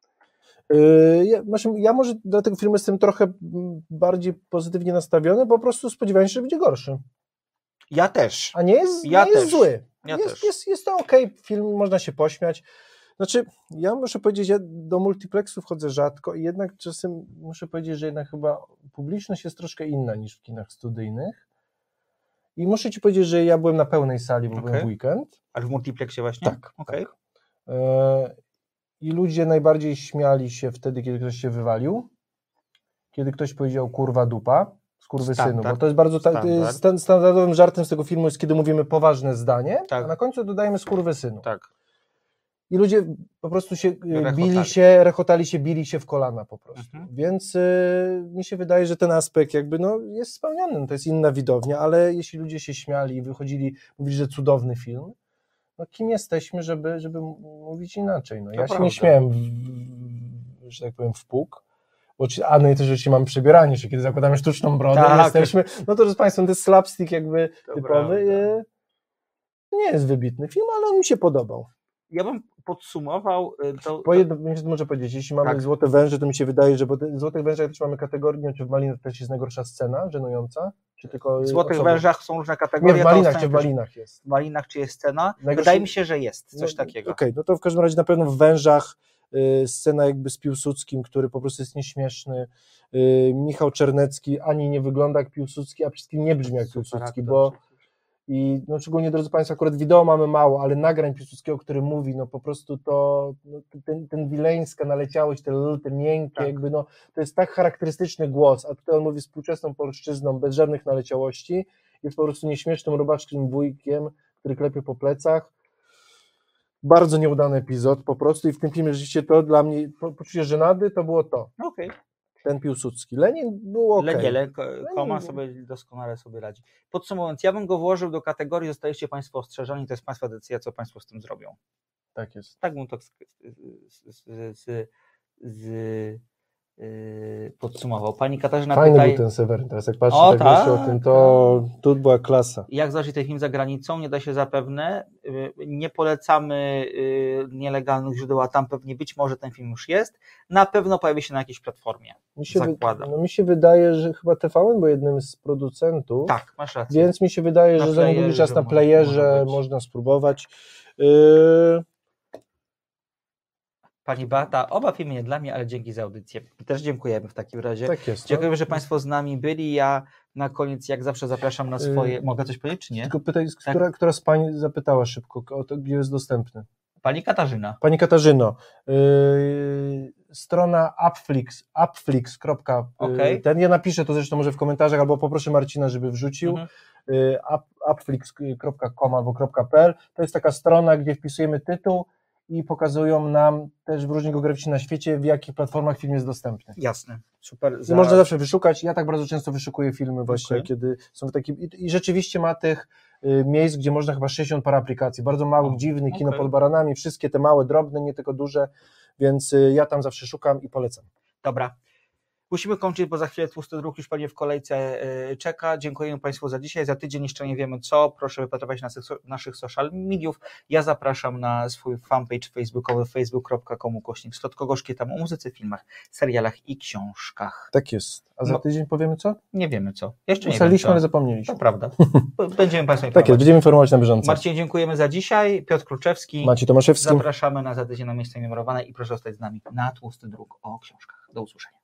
Yy, ja, znaczy, ja może do tego filmu jestem trochę mm, bardziej pozytywnie nastawiony, po prostu spodziewałem się, że będzie gorszy. Ja też. A nie jest, Ja nie jest też. zły. Ja jest, też. Jest, jest to okej film, można się pośmiać. Znaczy, ja muszę powiedzieć, ja do multiplexów chodzę rzadko i jednak czasem muszę powiedzieć, że jednak chyba publiczność jest troszkę inna niż w kinach studyjnych. I muszę ci powiedzieć, że ja byłem na pełnej sali, bo Okej. byłem w weekend. Ale w multiplexie właśnie? Tak, Okej. tak. E, I ludzie najbardziej śmiali się wtedy, kiedy ktoś się wywalił, kiedy ktoś powiedział kurwa dupa, skurwysynu, bo Standard. to jest bardzo ta, Standard. stan, standardowym żartem z tego filmu jest, kiedy mówimy poważne zdanie, Tak. a na końcu dodajemy skurwysynu. Tak. I ludzie po prostu się y, Rechotali. bili się, rechotali się, bili się w kolana po prostu. Mhm. Więc y, mi się wydaje, że ten aspekt jakby no, jest spełniony, no, to jest inna widownia, ale jeśli ludzie się śmiali, wychodzili, mówili, że cudowny film, no kim jesteśmy, żeby, żeby m- mówić inaczej. No, ja się prawda. nie śmiałem, w, w, że tak powiem, w puk, bo ci- a no i też rzeczywiście mamy przebieranie się, kiedy zakładamy sztuczną brodę, Tak. jesteśmy, no to, że z Państwem, to jest slapstick jakby To typowy. prawda. Y, nie jest wybitny film, ale on mi się podobał. Ja bym podsumował y, to. Po jedno, może powiedzieć, jeśli mamy Tak. Złote Węże, to mi się wydaje, że bo te, w Złotych Wężach też mamy kategorię, nie wiem, czy w Malinach też jest najgorsza scena, żenująca, czy tylko W Złotych osobno? Wężach są różne Nie, kategorie. w ta Malinach, ocena czy w też- Malinach jest. W Malinach czy jest scena? Najgorszy- Wydaje mi się, że jest coś No, takiego. Okej, no to w każdym razie na pewno w Wężach y, scena jakby z Piłsudskim, który po prostu jest nieśmieszny. Y, Michał Czernecki ani nie wygląda jak Piłsudski, a wszystkim nie brzmi jak Super Piłsudski, aktor bo przecież. i no szczególnie, drodzy Państwo, akurat wideo mamy mało, ale nagrań Piłsudskiego, który mówi, no po prostu to, no, ten, ten wileńska naleciałość, te l, te miękkie, Tak. jakby no, to jest tak charakterystyczny głos, a tutaj on mówi współczesną polszczyzną, bez żadnych naleciałości, jest po prostu nieśmiesznym robaczkim wujkiem, który klepie po plecach. Bardzo nieudany epizod po prostu i w tym filmie rzeczywiście to dla mnie, po, poczucie żenady to było to, No okej. ten Piłsudski. Lenin było okej. Okay. Le, Koma Lenin- sobie doskonale sobie radzi. Podsumowując, ja bym go włożył do kategorii zostaliście Państwo ostrzeżeni, to jest Państwa decyzja, co Państwo z tym zrobią. Tak jest. Tak bym to z, z, z, z, z, yy, podsumował. Pani Katarzyna Fajny pyta, był ten Seweryn, teraz jak patrzę O, tak tak, myślę o tym, to tu była klasa. jak zobaczyć ten film za granicą, nie da się zapewne. Yy, Nie polecamy yy, nielegalnych źródeł, a tam pewnie być może ten film już jest. Na pewno pojawi się na jakiejś platformie. Mi się, wy, Zakładam. no mi się wydaje, że chyba T V N był jednym z producentów, Tak, masz rację. więc mi się wydaje, Na że za niedługi czas na może- playerze może być. można spróbować. Yy, Pani Beata, oba filmy nie dla mnie, ale dzięki za audycję. Też dziękujemy w takim razie. tak jest. Dziękujemy, no. że Państwo z nami byli. Ja na koniec, jak zawsze, zapraszam na swoje... Yy, Mogę coś powiedzieć, czy nie? Tylko pytaj, Tak. która, która z Pań zapytała szybko, o to, gdzie jest dostępny? Pani Katarzyna. Pani Katarzyno, yy, strona upflix, upflix. Okej. Ten ja napiszę to zresztą może w komentarzach, albo poproszę Marcina, żeby wrzucił. Mhm. Yy, up, upflix kropka com albo .pl. To jest taka strona, gdzie wpisujemy tytuł i pokazują nam też w różnych geograficznie na świecie, w jakich platformach film jest dostępny. Jasne. Super. I Za... można zawsze wyszukać. Ja tak bardzo często wyszukuję filmy właśnie, Okej. kiedy są w takim... I, I rzeczywiście ma tych y, miejsc, gdzie można chyba sześćdziesiąt parę aplikacji, bardzo małych, O, dziwnych, kino okej. pod baranami, wszystkie te małe, drobne, nie tylko duże, więc y, ja tam zawsze szukam i polecam. Dobra. Musimy kończyć, bo za chwilę tłusty druk już pewnie w kolejce y, czeka. Dziękujemy Państwu za dzisiaj. Za tydzień jeszcze nie wiemy co. Proszę wypatrywać naszych, naszych social mediów. Ja zapraszam na swój fanpage facebookowy facebook kropka com ukośnik Słodko-Gorzkie, tam o muzyce, filmach, serialach i książkach. Tak jest. A za No. tydzień powiemy co? Nie wiemy co. Jeszcze nie Ustaliliśmy, ale wiemy co. zapomnieliśmy. To prawda. Będziemy Państwa Tak informować. jest, będziemy informować na bieżąco. Marcin, dziękujemy za dzisiaj. Piotr Kluczewski. Maciej Tomaszewski. Zapraszamy na za tydzień na miejsce numerowane i proszę zostać z nami na tłusty druk o książkach. Do usłyszenia.